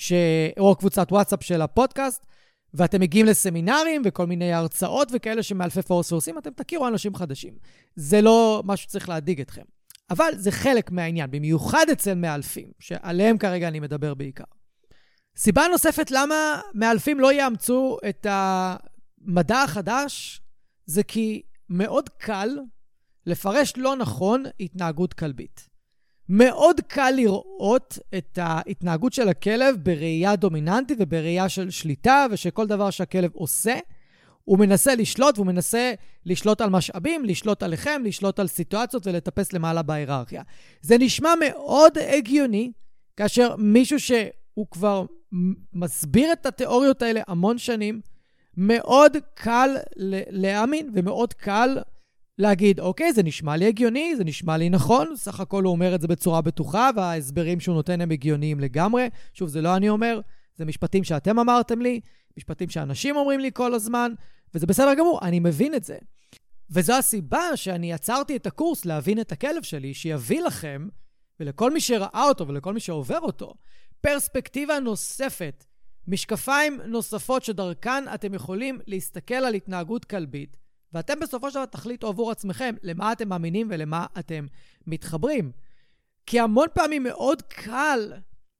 או קבוצת וואטסאפ של הפודקאסט, ואתם מגיעים לסמינרים וכל מיני הרצאות וכאלה שמאלפי פורסרי עושים, אתם תכירו אנשים חדשים. זה לא משהו שצריך להדיג אתכם. אבל זה חלק מהעניין, במיוחד אצל מאלפים, שעליהם כרגע אני מדבר בעיקר. סיבה נוספת למה מאלפים לא יאמצו את המדע החדש, זה כי מאוד קל לפרש לא נכון התנהגות כלבית. מאוד קל לראות את ההתנהגות של הכלב בראייה דומיננטית ובראייה של שליטה, ושכל דבר שהכלב עושה, הוא מנסה לשלוט, והוא מנסה לשלוט על משאבים, לשלוט עליכם, לשלוט על סיטואציות ולטפס למעלה בהיררכיה. זה נשמע מאוד הגיוני, כאשר מישהו שהוא כבר מסביר את התיאוריות האלה המון שנים, מאוד קל להאמין ומאוד קל להגיד, אוקיי, זה נשמע לי הגיוני, זה נשמע לי נכון, סך הכל הוא אומר את זה בצורה בטוחה, וההסברים שהוא נותן הם הגיוניים לגמרי. שוב, זה לא אני אומר, זה משפטים שאתם אמרתם לי, משפטים שאנשים אומרים לי כל הזמן, וזה בסדר גמור, אני מבין את זה. וזו הסיבה שאני עצרתי את הקורס להבין את הכלב שלי, שיביא לכם, ולכל מי שראה אותו ולכל מי שעובר אותו, פרספקטיבה נוספת, משקפיים נוספות שדרכן אתם יכולים להסתכל על התנהגות כלבית, ואתם בסופו של דבר תחליטו עבור עצמכם למה אתם מאמינים ולמה אתם מתחברים. כי המון פעמים מאוד קל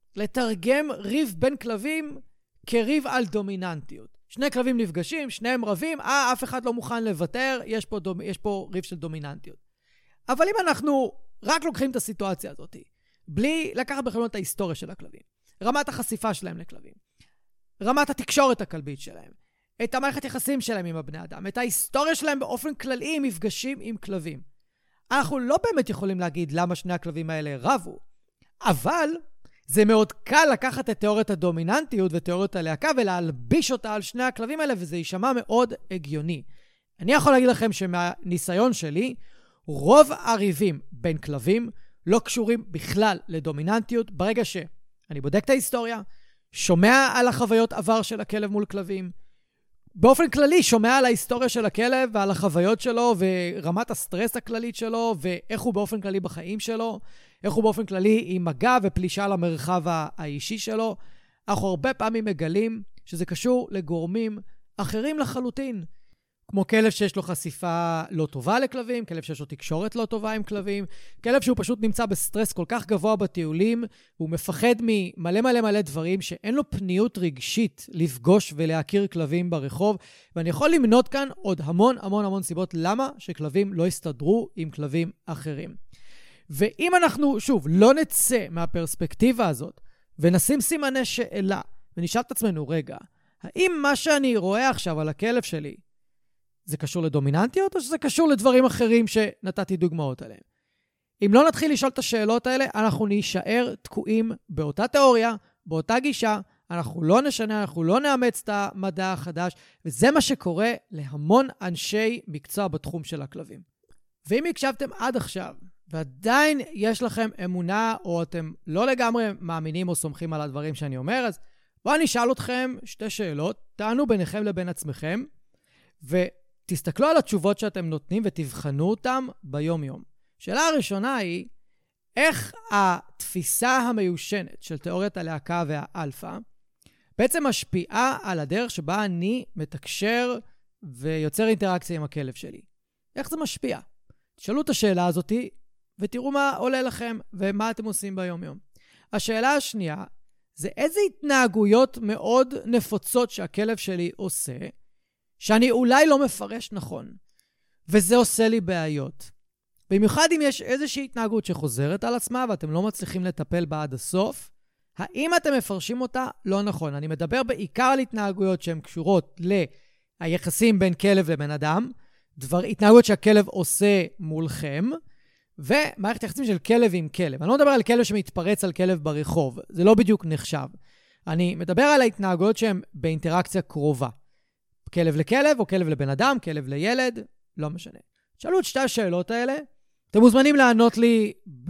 לתרגם ריב בין כלבים כריב על דומיננטיות. שני כלבים נפגשים, שניהם רבים, אף אחד לא מוכן לוותר, יש פה ריב של דומיננטיות. אבל אם אנחנו רק לוקחים את הסיטואציה הזאת, בלי לקחת בחשבון את ההיסטוריה של הכלבים, רמת החשיפה שלהם לכלבים, רמת התקשורת הכלבית שלהם, את המערכת יחסים שלהם עם הבני אדם, את ההיסטוריה שלהם באופן כללי עם מפגשים עם כלבים. אנחנו לא באמת יכולים להגיד למה שני הכלבים האלה רבו, אבל זה מאוד קל לקחת את תיאוריית הדומיננטיות ותיאוריית הלהקה ולהלביש אותה על שני הכלבים האלה, וזה יישמע מאוד הגיוני. אני יכול להגיד לכם שמהניסיון שלי, רוב הריבים בין כלבים לא קשורים בכלל לדומיננטיות. ברגע שאני בודק את ההיסטוריה, שומע על החוויות עבר של הכלב מול כלבים, באופן כללי שומע על ההיסטוריה של הכלב ועל החוויות שלו ורמת הסטרס הכללית שלו ואיך הוא באופן כללי בחיים שלו, איך הוא באופן כללי עם מגע ופלישה למרחב האישי שלו. אנחנו הרבה פעמים מגלים שזה קשור לגורמים אחרים לחלוטין. כמו כלב שיש לו חשיפה לא טובה לכלבים, כלב שיש לו תקשורת לא טובה עם כלבים, כלב שהוא פשוט נמצא בסטרס כל כך גבוה בטיולים, והוא מפחד ממלא דברים שאין לו פניות רגשית לפגוש ולהכיר כלבים ברחוב, ואני יכול למנות כאן עוד המון סיבות למה שכלבים לא יסתדרו עם כלבים אחרים. ואם אנחנו, שוב, לא נצא מהפרספקטיבה הזאת, ונשים סימני שאלה, ונשאל את עצמנו, רגע, האם מה שאני רואה עכשיו על הכלב שלי, זה קשור לדומיננטיות, או שזה קשור לדברים אחרים שנתתי דוגמאות עליהם? אם לא נתחיל לשאול את השאלות האלה, אנחנו נישאר תקועים באותה תיאוריה, באותה גישה, אנחנו לא נשנה, אנחנו לא נאמץ את המדע החדש, וזה מה שקורה להמון אנשי מקצוע בתחום של הכלבים. ואם הקשבתם עד עכשיו, ועדיין יש לכם אמונה, או אתם לא לגמרי מאמינים או סומכים על הדברים שאני אומר, אז בואו אני אשאל אתכם שתי שאלות, תענו ביניכם לבין עצמכם, ותסתכלו על התשובות שאתם נותנים ותבחנו אותם ביום-יום. שאלה הראשונה היא, איך התפיסה המיושנת של תיאוריית הלהקה והאלפא בעצם משפיעה על הדרך שבה אני מתקשר ויוצר אינטראקציה עם הכלב שלי? איך זה משפיע? תשאלו את השאלה הזאת ותראו מה עולה לכם ומה אתם עושים ביום-יום. השאלה השנייה זה איזה התנהגויות מאוד נפוצות שהכלב שלי עושה, שאני אולי לא מפרש נכון, וזה עושה לי בעיות. במיוחד אם יש איזושהי התנהגות שחוזרת על עצמה ואתם לא מצליחים לטפל בה עד הסוף, האם אתם מפרשים אותה? לא נכון. אני מדבר בעיקר על התנהגויות שהן קשורות ליחסים בין כלב לבן אדם, התנהגויות שהכלב עושה מולכם, ומערכת יחסים של כלב עם כלב. אני לא מדבר על כלב שמתפרץ על כלב ברחוב, זה לא בדיוק נחשב. אני מדבר על ההתנהגויות שהן באינטראקציה קרובה. כלב לכלב או כלב לבן אדם, כלב לילד, לא משנה. שאלו את שתי השאלות האלה. אתם מוזמנים לענות לי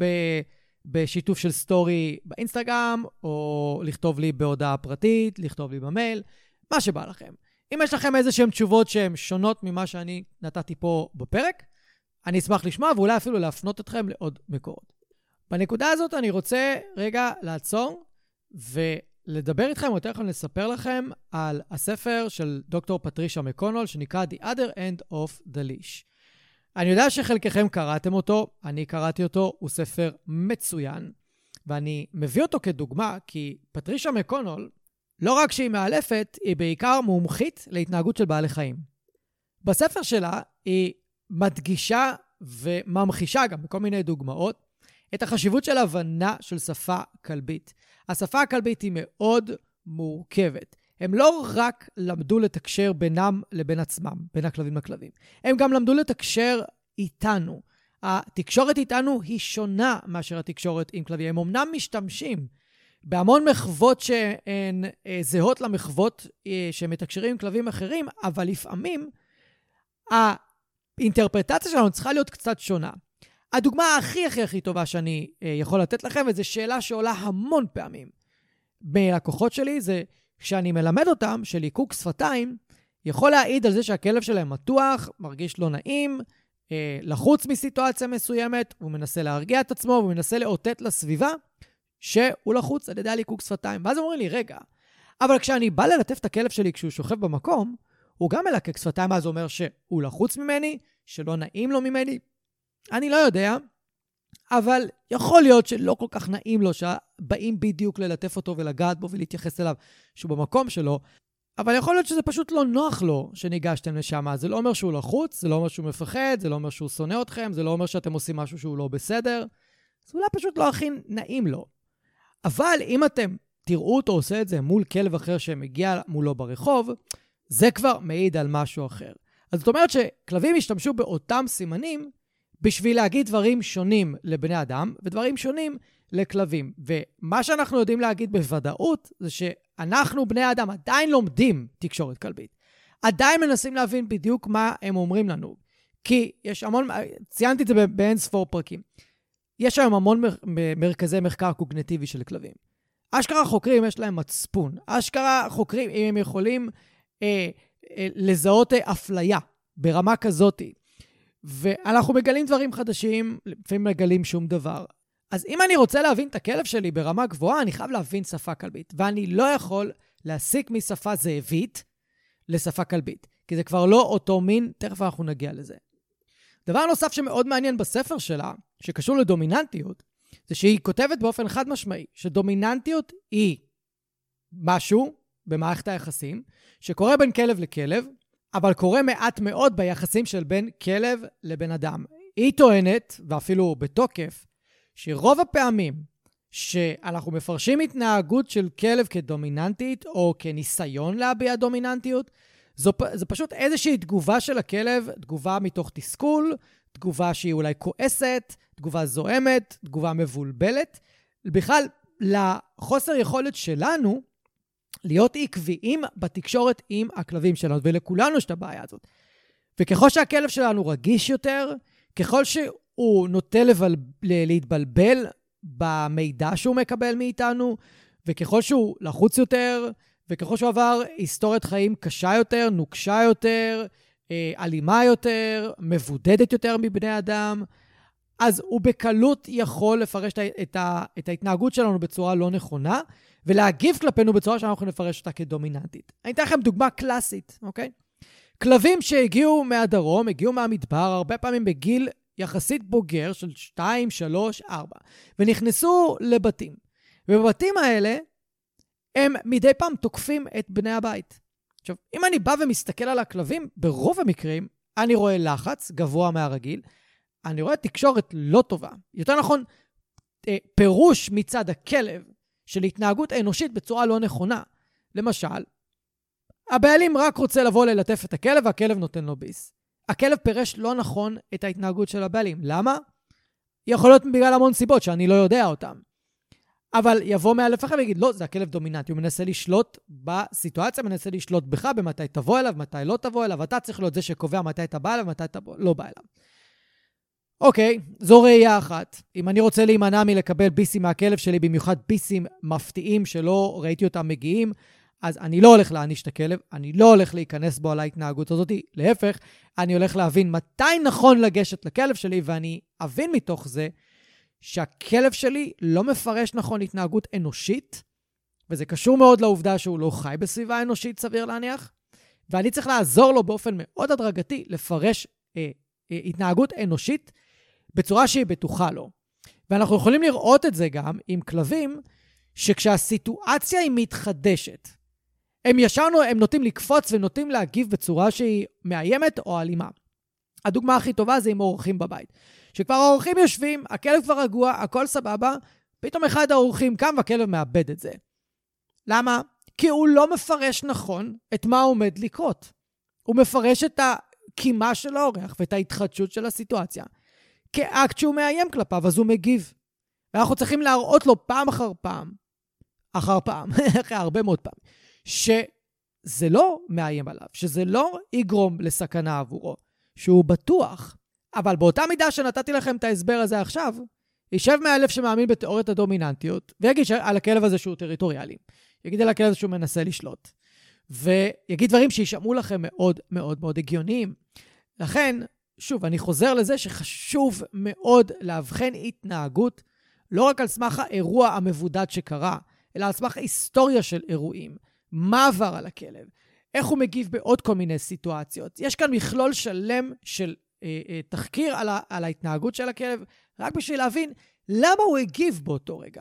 בשיתוף של סטורי באינסטגרם, או לכתוב לי בהודעה פרטית, לכתוב לי במייל, מה שבא לכם. אם יש לכם איזשהם תשובות שהן שונות ממה שאני נתתי פה בפרק, אני אשמח לשמוע ואולי אפילו להפנות אתכם לעוד מקורות. בנקודה הזאת אני רוצה רגע לעצור ולדבר איתכם, או יותר נכון לספר לכם על הספר של דוקטור פטרישה מקונול, שנקרא The Other End of the Leash. אני יודע שחלקכם קראתם אותו, אני קראתי אותו, הוא ספר מצוין, ואני מביא אותו כדוגמה, כי פטרישה מקונול, לא רק שהיא מאלפת, היא בעיקר מומחית להתנהגות של בעלי חיים. בספר שלה היא מדגישה וממחישה גם בכל מיני דוגמאות, את החשיבות של הבנה של שפה כלבית. השפה הכלבית היא מאוד מורכבת. הם לא רק למדו לתקשר בינם לבין עצמם, בין הכלבים לכלבים. הם גם למדו לתקשר איתנו. התקשורת איתנו היא שונה מאשר התקשורת עם כלבים. הם אמנם משתמשים בהמון מחוות שהן זהות למחוות שמתקשרים עם כלבים אחרים, אבל לפעמים האינטרפרטציה שלנו צריכה להיות קצת שונה. הדוגמה הכי טובה שאני יכול לתת לכם, וזו שאלה שעולה המון פעמים מלקוחות שלי, זה כשאני מלמד אותם שליקוק שפתיים יכול להעיד על זה שהכלב שלהם מתוח, מרגיש לא נעים, לחוץ מסיטואציה מסוימת, הוא מנסה להרגיע את עצמו, הוא מנסה לאותת לסביבה שהוא לחוץ על ידי הליקוק שפתיים. ואז אומרים לי, רגע, אבל כשאני בא ללטף את הכלב שלי כשהוא שוכב במקום, הוא גם מלקק שפתיים, אז אומר שהוא לחוץ ממני, שלא נעים לו ממני. אני לא יודע, אבל יכול להיות שלא כל כך נעים לו, שבאים בדיוק ללטף אותו ולגעת בו ולהתייחס אליו שהוא במקום שלו, אבל יכול להיות שזה פשוט לא נוח לו שניגשתם לשם. זה לא אומר שהוא לחוץ, זה לא אומר שהוא מפחד, זה לא אומר שהוא שונא אתכם, זה לא אומר שאתם עושים משהו שהוא לא בסדר, זה אולי פשוט לא הכי נעים לו. אבל אם אתם תראו אותו עושה את זה מול כלב אחר שמגיע מולו ברחוב, זה כבר מעיד על משהו אחר. אז זאת אומרת שכלבים ישתמשו באותם סימנים בשביל להגיד דברים שונים לבני אדם ודברים שונים לכלבים. ומה שאנחנו יודעים להגיד בוודאות זה שאנחנו בני אדם עדיין לומדים תקשורת כלבית. עדיין מנסים להבין בדיוק מה הם אומרים לנו. כי יש המון, ציינתי את זה באין ספור פרקים. יש היום המון מרכזי מחקר קוגניטיבי של כלבים. אשכרה חוקרים יש להם מצפון. אשכרה חוקרים אם הם יכולים לזהות אפליה ברמה כזאת. ואנחנו מגלים דברים חדשים, לפעמים מגלים שום דבר. אז אם אני רוצה להבין את הכלב שלי ברמה גבוהה, אני חייב להבין שפה כלבית. ואני לא יכול להסיק משפה זאבית לשפה כלבית. כי זה כבר לא אותו מין, תכף אנחנו נגיע לזה. דבר נוסף שמאוד מעניין בספר שלה, שקשור לדומיננטיות, זה שהיא כותבת באופן חד משמעי, שדומיננטיות היא משהו במערכת היחסים, שקורה בין כלב לכלב, אבל קורה מעט מאוד ביחסים של בין כלב לבן אדם. היא טוענת, ואפילו בתוקף, שרוב הפעמים שאנחנו מפרשים התנהגות של כלב כדומיננטית, או כניסיון להביע דומיננטיות, זה פשוט איזושהי תגובה של הכלב, תגובה מתוך תסכול, תגובה שהיא אולי כועסת, תגובה זוהמת, תגובה מבולבלת. בכלל, לחוסר יכולת שלנו להיות עקביים בתקשורת עם הכלבים שלנו, ולכולנו יש את הבעיה הזאת. וככל שהכלב שלנו רגיש יותר, ככל שהוא נוטה להתבלבל במידע שהוא מקבל מאיתנו, וככל שהוא לחוץ יותר, וככל שהוא עבר היסטוריית חיים קשה יותר, נוקשה יותר, אלימה יותר, מבודדת יותר מבני אדם, אז הוא בקלות יכול לפרש את ההתנהגות שלנו בצורה לא נכונה, ולהגיב כלפינו בצורה שאנחנו נפרש אותה כדומיננטית. אני אתן לכם דוגמה קלאסית, אוקיי? כלבים שהגיעו מהדרום, הגיעו מהמדבר, הרבה פעמים בגיל יחסית בוגר של 2, 3, 4, ונכנסו לבתים. ובבתים האלה, הם מדי פעם תוקפים את בני הבית. עכשיו, אם אני בא ומסתכל על הכלבים, ברוב המקרים, אני רואה לחץ גבוה מהרגיל, אני רואה תקשורת לא טובה. יותר נכון, פירוש מצד הכלב של התנהגות אנושית בצורה לא נכונה. למשל, הבעלים רק רוצה לבוא ללטף את הכלב, והכלב נותן לו ביס. הכלב פירש לא נכון את ההתנהגות של הבעלים. למה? יכול להיות בגלל המון סיבות שאני לא יודע אותם. אבל יבוא מאלף אחר ויגיד, לא, זה הכלב דומיננטי, הוא מנסה לשלוט בסיטואציה, מנסה לשלוט בך, במתי תבוא אליו, מתי לא תבוא אליו, אתה צריך להיות זה שקובע מתי אתה בא אליו, מתי אתה לא בא אליו. אוקיי, זו ראייה אחת. אם אני רוצה להימנע מלקבל ביסים מהכלב שלי, במיוחד ביסים מפתיעים שלא ראיתי אותם מגיעים, אז אני לא הולך להעניש את הכלב, אני לא הולך להיכנס בו על ההתנהגות הזאת, להפך, אני הולך להבין מתי נכון לגשת לכלב שלי, ואני אבין מתוך זה שהכלב שלי לא מפרש נכון התנהגות אנושית, וזה קשור מאוד לעובדה שהוא לא חי בסביבה אנושית, סביר להניח, ואני צריך לעזור לו באופן מאוד הדרגתי לפרש התנהגות אנושית בצורה שהיא בטוחה לו. ואנחנו יכולים לראות את זה גם עם כלבים, שכשהסיטואציה היא מתחדשת, הם נוטים לקפוץ ונוטים להגיב בצורה שהיא מאיימת או אלימה. הדוגמה הכי טובה זה עם אורחים בבית. שכבר האורחים יושבים, הכלב כבר רגוע, הכל סבבה, פתאום אחד האורחים קם והכלב מאבד את זה. למה? כי הוא לא מפרש נכון את מה עומד לקרות. הוא מפרש את הקימה של האורח ואת ההתחדשות של הסיטואציה. כאקט שהוא מאיים כלפיו, אז הוא מגיב. ואנחנו צריכים להראות לו פעם אחר פעם, אחרי הרבה מאוד פעם, שזה לא מאיים עליו, שזה לא יגרום לסכנה עבורו, שהוא בטוח. אבל באותה מידה שנתתי לכם את ההסבר הזה עכשיו, יישב מאלף שמאמין בתיאוריית הדומיננטיות, ויגיד על הכלב הזה שהוא טריטוריאלי. יגיד על הכלב הזה שהוא מנסה לשלוט. ויגיד דברים שישמעו לכם מאוד מאוד מאוד הגיוניים. לכן, שוב, אני חוזר לזה שחשוב מאוד להבחן התנהגות, לא רק על סמך האירוע המבודד שקרה, אלא על סמך היסטוריה של אירועים. מה עבר על הכלב? איך הוא מגיב בעוד כל מיני סיטואציות? יש כאן מכלול שלם של תחקיר על ההתנהגות של הכלב, רק בשביל להבין למה הוא הגיב באותו רגע.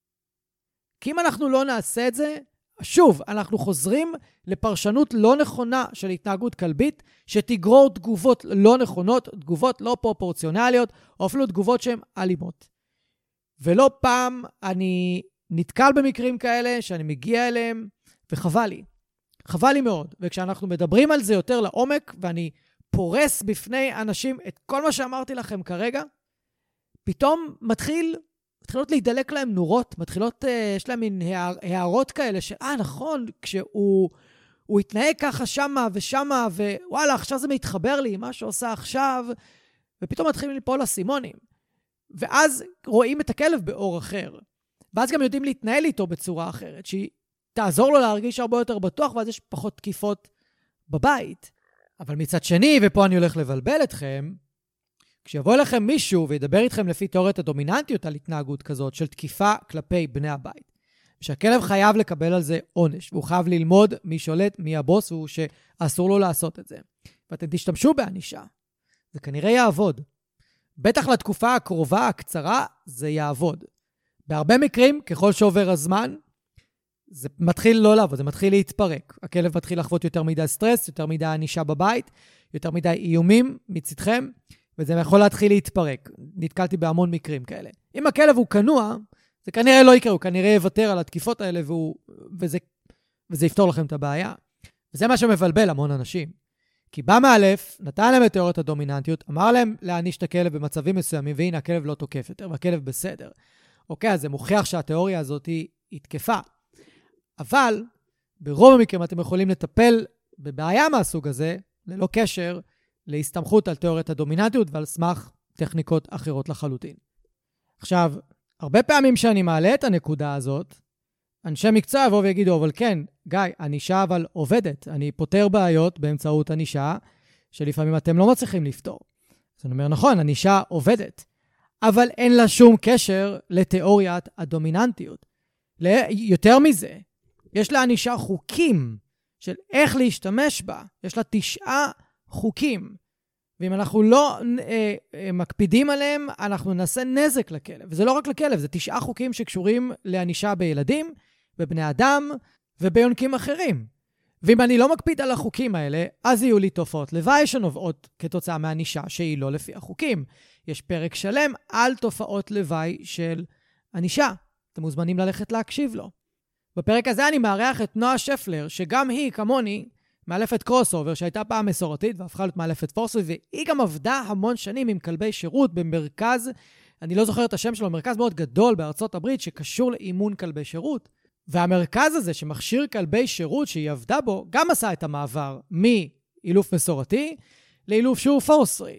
כי אם אנחנו לא נעשה את זה, שוב, אנחנו חוזרים לפרשנות לא נכונה של התנהגות כלבית, שתגרור תגובות לא נכונות, תגובות לא פרופורציונליות, או אפילו תגובות שהן אלימות. ולא פעם אני נתקל במקרים כאלה, שאני מגיע אליהם, וחבל לי. חבל לי מאוד. וכשאנחנו מדברים על זה יותר לעומק, ואני פורס בפני אנשים את כל מה שאמרתי לכם כרגע, פתאום מתחילות להידלק להם נורות, יש להם מין הערות כאלה נכון, כשהוא התנהג ככה שמה ושמה, ווואלה, עכשיו זה מתחבר לי, מה שעושה עכשיו, ופתאום מתחילים ליפול לסימונים. ואז רואים את הכלב באור אחר. ואז גם יודעים להתנהל איתו בצורה אחרת, שהיא תעזור לו להרגיש הרבה יותר בטוח, ואז יש פחות תקיפות בבית. אבל מצד שני, ופה אני הולך לבלבל אתכם, כשיבוא אליכם מישהו וידבר איתכם לפי תיאוריית הדומיננטיות על התנהגות כזאת של תקיפה כלפי בני הבית, שהכלב חייב לקבל על זה עונש, והוא חייב ללמוד מי שולט, מי הבוס, הוא שאסור לו לעשות את זה. ואתם תשתמשו בענישה. זה כנראה יעבוד. בטח לתקופה הקרובה, הקצרה, זה יעבוד. בהרבה מקרים, ככל שעובר הזמן, זה מתחיל לא לעבוד, זה מתחיל להתפרק. הכלב מתחיל לחוות יותר מדי סטרס, יותר מדי ענישה בבית, יותר מדי איומים מצדכם, וזה יכול להתחיל להתפרק. נתקלתי בהמון מקרים כאלה. אם הכלב הוא כנוע, זה כנראה לא יקרה, הוא כנראה יוותר על התקיפות האלה, וזה יפתור לכם את הבעיה. וזה מה שמבלבל המון אנשים. כי בא מאלף, נתן להם את תיאוריית הדומיננטיות, אמר להם להעניש את הכלב במצבים מסוימים, והנה הכלב לא תוקף יותר, והכלב בסדר. אוקיי, אז זה מוכיח שהתיאוריה הזאת היא תקפה. אבל ברוב המקרים אתם יכולים לטפל בבעיה מהסוג הזה, ללא קשר להסתמכות על תיאוריית הדומיננטיות ועל סמך טכניקות אחרות לחלוטין. עכשיו, הרבה פעמים שאני מעלה את הנקודה הזאת, אנשי מקצוע יבואו ויגידו, אבל כן, גיא, ענישה אבל עובדת. אני פותר בעיות באמצעות ענישה, שלפעמים אתם לא מצליחים לפתור. אז אני אומר, נכון, ענישה עובדת, אבל אין לה שום קשר לתיאוריית הדומיננטיות. יותר מזה, יש לה ענישה חוקים של איך להשתמש בה. יש לה 9 חוקים. ואם אנחנו לא מקפידים עליהם, אנחנו נעשה נזק לכלב. וזה לא רק לכלב, זה 9 חוקים שקשורים לענישה בילדים, בבני אדם וביונקים אחרים. ואם אני לא מקפיד על החוקים האלה, אז יהיו לי תופעות לוואי שנובעות כתוצאה מענישה שהיא לא לפי החוקים. יש פרק שלם על תופעות לוואי של ענישה. אתם מוזמנים ללכת להקשיב לו. בפרק הזה אני מארח את נועה שפלר, שגם היא, כמוני, מאלפת קרוס-אובר, שהייתה פעם מסורתית והפכה להיות מאלפת פורסית, והיא גם עבדה המון שנים עם כלבי שירות במרכז, אני לא זוכר את השם שלו, מרכז מאוד גדול בארצות הברית, שקשור לאימון כלבי שירות. והמרכז הזה שמכשיר כלבי שירות שהיא עבדה בו, גם עשה את המעבר מאילוף מסורתי לאילוף שהוא פורסרי.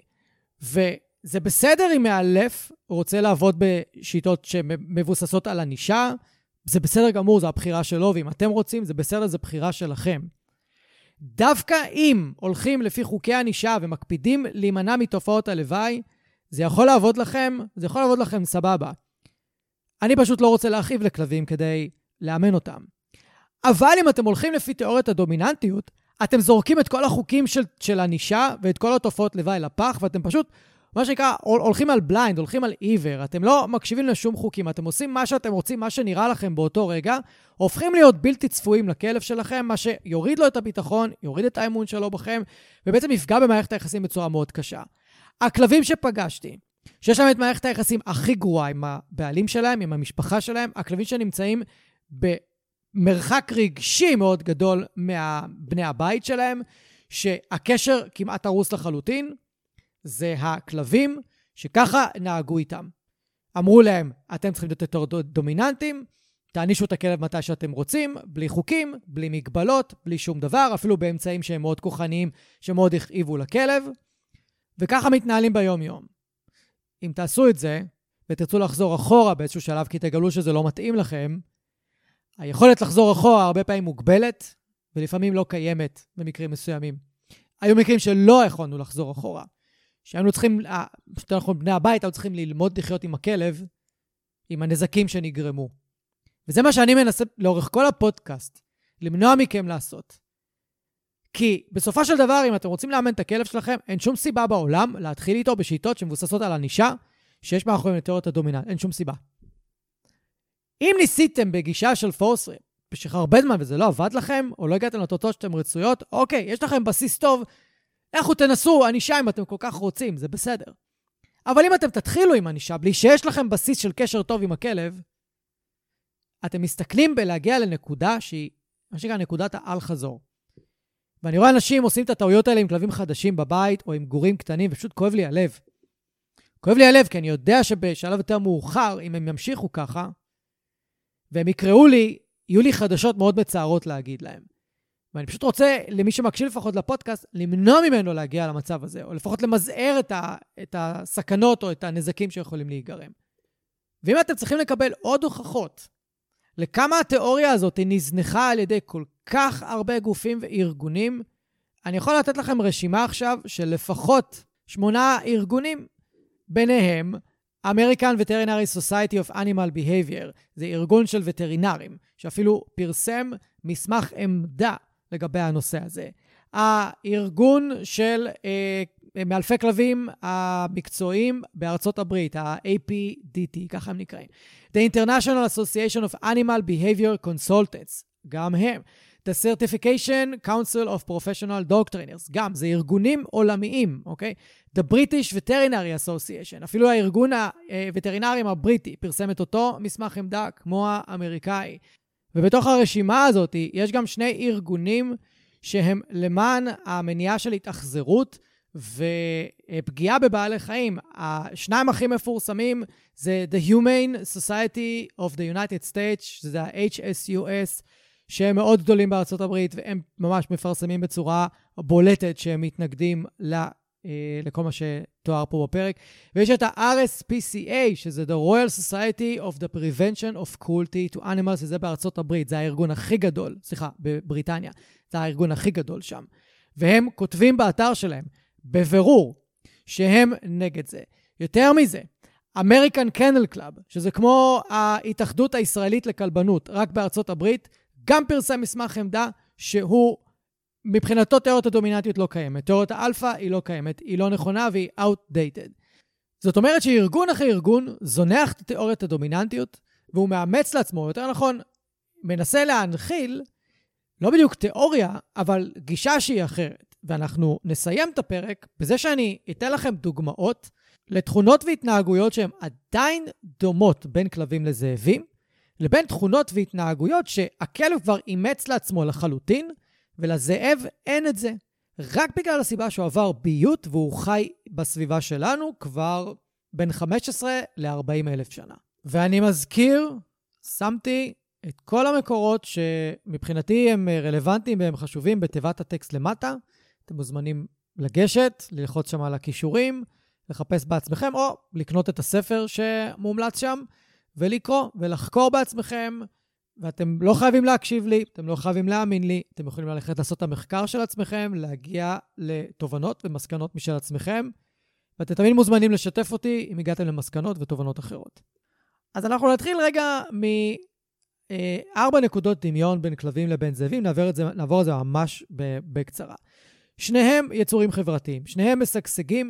וזה בסדר אם מאלף רוצה לעבוד בשיטות שמבוססות על ענישה, זה בסדר גמור, זו הבחירה שלו, ואם אתם רוצים, זה בסדר, זו בחירה שלכם. דווקא אם הולכים לפי חוקי ענישה ומקפידים להימנע מתופעות הלוואי, זה יכול לעבוד לכם סבבה. אני פשוט לא רוצה להרחיב לכלבים כדי לאמן אותם. אבל אם אתם הולכים לפי תיאוריית הדומיננטיות, אתם זורקים את כל החוקים של ענישה ואת כל התופעות לוואי לפח, ואתם פשוט, מה שנקרא, הולכים על בליינד, הולכים על עיוור, אתם לא מקשיבים לשום חוקים, אתם עושים מה שאתם רוצים, מה שנראה לכם באותו רגע, הופכים להיות בלתי צפויים לכלב שלכם, מה שיוריד לו את הביטחון, יוריד את האמון שלו בכם, ובעצם יפגע במערכת היחסים בצורה מאוד קשה. הכלבים שפגשתי, שיש להם את מערכת היחסים הכי גרועה עם הבעלים שלהם, עם המשפחה שלהם, הכלבים שנמצאים במרחק רגשי מאוד גדול מבני הבית שלהם, שהקשר כמעט הרוס לחלוטין, זה הכלבים שככה נהגו איתם. אמרו להם, אתם צריכים להיות יותר דומיננטים, תענישו את הכלב מתי שאתם רוצים, בלי חוקים, בלי מגבלות, בלי שום דבר, אפילו באמצעים שהם מאוד כוחניים, שמאוד הכאיבו לכלב, וככה מתנהלים ביום יום. אם תעשו את זה, ותרצו לחזור אחורה באיזשהו שלב, כי תגלו שזה לא מתאים לכם, היכולת לחזור אחורה הרבה פעמים מוגבלת, ולפעמים לא קיימת במקרים מסוימים. היו מקרים שלא יכולנו לחזור אחורה. שהיינו צריכים, שאנחנו בני הבית, היינו צריכים ללמוד לחיות עם הכלב, עם הנזקים שנגרמו. וזה מה שאני מנסה לאורך כל הפודקאסט, למנוע מכם לעשות. כי בסופו של דבר, אם אתם רוצים לאמן את הכלב שלכם, אין שום סיבה בעולם להתחיל איתו בשיטות שמבוססות על ענישה, שיש מאחוריהם לתיאוריית הדומיננטיות. אין שום סיבה. אם ניסיתם בגישה של פורסרי, במשך הרבה זמן וזה לא עבד לכם, או לא הגעתם לתוצאות שאתם רצויות, אוקיי, יש לכם בסיס טוב, לכו תנסו ענישה אם אתם כל כך רוצים, זה בסדר. אבל אם אתם תתחילו עם ענישה, בלי שיש לכם בסיס של קשר טוב עם הכלב, אתם מסתכלים בלהגיע לנקודה שהיא, מה שנקרא, נקודת העל חזור. ואני רואה אנשים עושים את הטעויות האלה עם כלבים חדשים בבית, או עם גורים קטנים, ופשוט כואב לי הלב. כואב לי הלב, כי אני יודע שבשלב יותר מאוחר, אם הם ימשיכו ככה, והם יקראו לי, יהיו לי חדשות מאוד מצערות להגיד להם. ואני פשוט רוצה, למי שמקשיב לפחות לפודקאסט, למנוע ממנו להגיע למצב הזה, או לפחות למזער את הסכנות או את הנזקים שיכולים להיגרם. ואם אתם צריכים לקבל עוד הוכחות, לכמה התיאוריה הזאת נזנחה על ידי כל כך הרבה גופים וארגונים, אני יכול לתת לכם רשימה עכשיו של לפחות 8 ארגונים, ביניהם American Veterinary Society of Animal Behavior, זה ארגון של וטרינרים, שאפילו פרסם מסמך עמדה לגבי הנושא הזה. הארגון של מאלפי כלבים המקצועיים בארצות הברית, ה-APDT, ככה הם נקראים. The International Association of Animal Behavior Consultants, גם הם. The Certification Council of Professional Dog Trainers, גם, זה ארגונים עולמיים, אוקיי? The British Veterinary Association, אפילו הארגון הווטרינרים הבריטי, פרסם את אותו מסמך עמדה כמו האמריקאי. ובתוך הרשימה הזאת יש גם 2 ארגונים שהם למען המניעה של התאכזרות ופגיעה בבעלי חיים. השניים הכי מפורסמים זה The Humane Society of the United States, שזה ה-HSUS, שהם מאוד גדולים בארצות הברית, והם ממש מפרסמים בצורה בולטת שהם מתנגדים לכל מה שתואר פה בפרק. ויש את ה-RSPCA, שזה The Royal Society of the Prevention of Cruelty to Animals, שזה בארצות הברית, זה הארגון הכי גדול, בבריטניה, זה הארגון הכי גדול שם. והם כותבים באתר שלהם, בבירור, שהם נגד זה. יותר מזה, American Kennel Club, שזה כמו ההתאחדות הישראלית לכלבנות, רק בארצות הברית, גם פרסם מסמך עמדה שהוא, מבחינתו תיאוריות הדומיננטיות לא קיימת. תיאוריות האלפא היא לא קיימת, היא לא נכונה והיא outdated. זאת אומרת שארגון אחרי ארגון זונח את תיאוריות הדומיננטיות, והוא מאמץ לעצמו, יותר נכון, מנסה להנחיל, לא בדיוק תיאוריה, אבל גישה שהיא אחרת. ואנחנו נסיים את הפרק בזה שאני אתן לכם דוגמאות לתכונות והתנהגויות שהן עדיין דומות בין כלבים לזאבים, לבין תכונות והתנהגויות שהכלב כבר אימץ לעצמו לחלוטין, ולזאב אין את זה. רק בגלל הסיבה שהוא עבר ביות והוא חי בסביבה שלנו כבר בין 15 ל-40 אלף שנה. ואני מזכיר, שמתי את כל המקורות שמבחינתי הם רלוונטיים והם חשובים בתיבת הטקסט למטה. אתם מוזמנים לגשת, ללחוץ שם על הכישורים, לחפש בעצמכם, או לקנות את הספר שמומלץ שם, ולקרוא ולחקור בעצמכם, ואתם לא חייבים להקשיב לי, אתם לא חייבים להאמין לי, אתם יכולים ללכת לעשות את המחקר של עצמכם, להגיע לתובנות ומסקנות משל עצמכם, ואתם תמיד מוזמנים לשתף אותי אם הגעתם למסקנות ותובנות אחרות. אז אנחנו נתחיל רגע מ4 נקודות דמיון בין כלבים לבין זאבים, נעבור את זה ממש בקצרה. שניהם יצורים חברתיים, שניהם משגשגים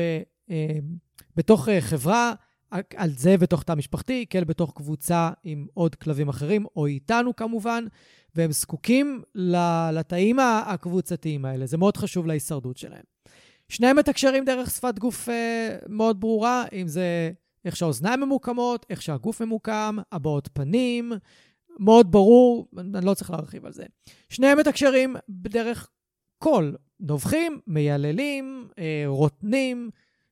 בתוך חברה, על זה בתוך תא משפחתי, כלב בתוך קבוצה עם עוד כלבים אחרים, או איתנו כמובן, והם זקוקים לתאים הקבוצתיים האלה. זה מאוד חשוב להישרדות שלהם. שניהם מתקשרים דרך שפת גוף מאוד ברורה, אם זה איך שהאוזניים ממוקמות, איך שהגוף ממוקם, הבעות פנים, מאוד ברור, אני לא צריך להרחיב על זה. שניהם מתקשרים בדרך קול, נובחים, מייללים, רוטנים,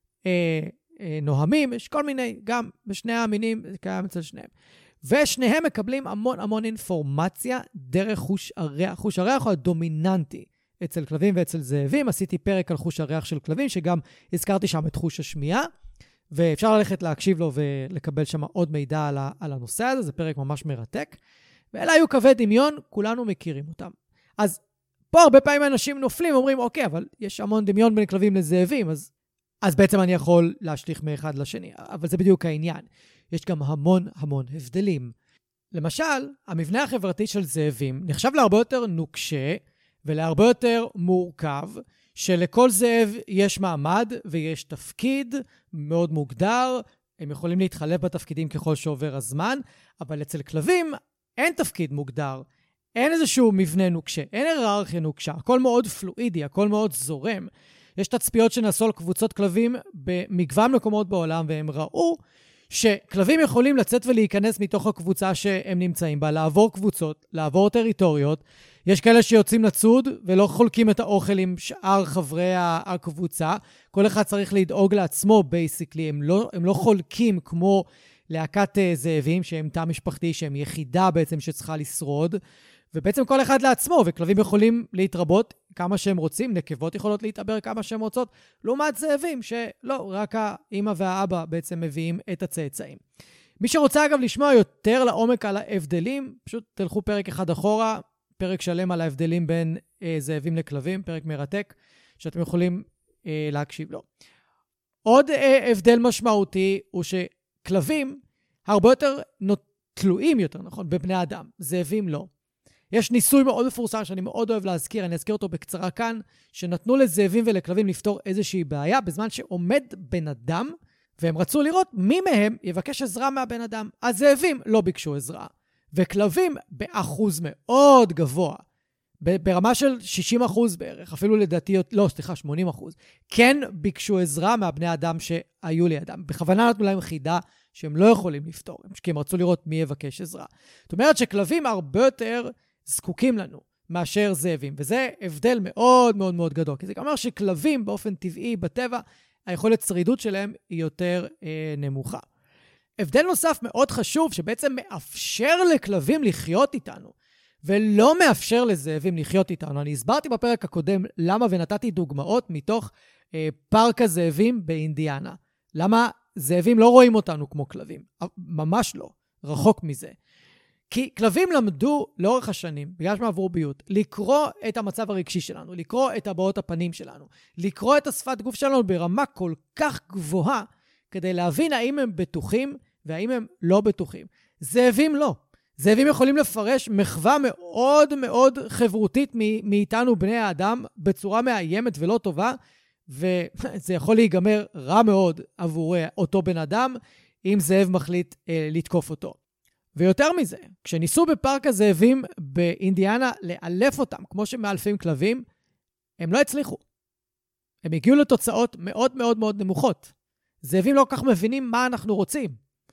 נוהמים, יש כל מיני, גם בשני המינים, זה קיים אצל שניהם. ושניהם מקבלים המון אינפורמציה דרך חוש הריח. חוש הריח הוא הדומיננטי אצל כלבים ואצל זאבים. עשיתי פרק על חוש הריח של כלבים, שגם הזכרתי שם את חוש השמיעה, ואפשר ללכת להקשיב לו ולקבל שם עוד מידע על הנושא הזה, זה פרק ממש מרתק. ואלה היו קווי דמיון, כולנו מכירים אותם. אז פה הרבה פעמים אנשים נופלים, אומרים, אוקיי, אבל יש המון דמיון בין כלבים לזאבים, אז בעצם אני יכול להשליך מאחד לשני. אבל זה בדיוק העניין. יש גם המון הבדלים. למשל, המבנה החברתי של זאבים נחשב להרבה יותר נוקשה ולהרבה יותר מורכב, שלכל זאב יש מעמד ויש תפקיד מאוד מוגדר, הם יכולים להתחלף בתפקידים ככל שעובר הזמן, אבל אצל כלבים אין תפקיד מוגדר, אין איזשהו מבנה נוקשה, אין היררכיה נוקשה, הכל מאוד פלואידי, הכל מאוד זורם. יש תצפיות שנעשו על קבוצות כלבים במגוון מקומות בעולם, והם ראו שכלבים יכולים לצאת ולהיכנס מתוך הקבוצה שהם נמצאים בה, לעבור קבוצות, לעבור טריטוריות. יש כאלה שיוצאים לצוד ולא חולקים את האוכל עם שאר חברי הקבוצה. כל אחד צריך לדאוג לעצמו, בייסיקלי. הם לא חולקים כמו להקת זאבים, שהם תא משפחתי, שהם יחידה בעצם שצריכה לשרוד. ובעצם כל אחד לעצמו, וכלבים יכולים להתרבות כמה שהם רוצים, נקבות יכולות להתעבר כמה שהם רוצות, לעומת זאבים שלא, רק האמא והאבא בעצם מביאים את הצאצאים. מי שרוצה אגב לשמוע יותר לעומק על ההבדלים, פשוט תלכו פרק אחד אחורה, פרק שלם על ההבדלים בין זאבים לכלבים, פרק מרתק, שאתם יכולים להקשיב לו. עוד הבדל משמעותי הוא שכלבים הרבה יותר תלויים יותר, נכון, בבני אדם, זאבים לא. יש ניסוי מאוד מפורסם שאני מאוד אוהב להזכיר, אני אזכיר אותו בקצרה כאן, שנתנו לזאבים ולכלבים לפתור איזושהי בעיה, בזמן שעומד בן אדם, והם רצו לראות מי מהם יבקש עזרה מהבן אדם. הזאבים לא ביקשו עזרה, וכלבים באחוז מאוד גבוה, ברמה של 60% בערך, אפילו לדעתי, 80%, כן ביקשו עזרה מהבני אדם שהיו לידם. בכוונה נתנו להם חידה שהם לא יכולים לפתור, כי הם רצו לראות מי יבקש עזרה. זאת אומרת שכלבים הרבה יותר זקוקים לנו מאשר זאבים, וזה הבדל מאוד מאוד מאוד גדול, כי זה אומר שכלבים באופן טבעי בטבע, היכולת שרידות שלהם היא יותר נמוכה. הבדל נוסף מאוד חשוב, שבעצם מאפשר לכלבים לחיות איתנו, ולא מאפשר לזאבים לחיות איתנו. אני הסברתי בפרק הקודם למה ונתתי דוגמאות מתוך פארק הזאבים באינדיאנה. למה זאבים לא רואים אותנו כמו כלבים? ממש לא, רחוק מזה. כי כלבים למדו לאורך השנים, בגלל שהם עברו ביות, לקרוא את המצב הרגשי שלנו, לקרוא את הבעות הפנים שלנו, לקרוא את השפת גוף שלנו ברמה כל כך גבוהה, כדי להבין האם הם בטוחים והאם הם לא בטוחים. זאבים לא. זאבים יכולים לפרש מחווה מאוד מאוד חברותית מאיתנו בני האדם, בצורה מאיימת ולא טובה, וזה יכול להיגמר רע מאוד עבור אותו בן אדם, אם זאב מחליט לתקוף אותו. ויותר מזה, כשניסו בפארק הזאבים באינדיאנה לאלף אותם, כמו שמאלפים כלבים, הם לא הצליחו. הם הגיעו לתוצאות מאוד מאוד מאוד נמוכות. זאבים לא כך מבינים מה אנחנו רוצים.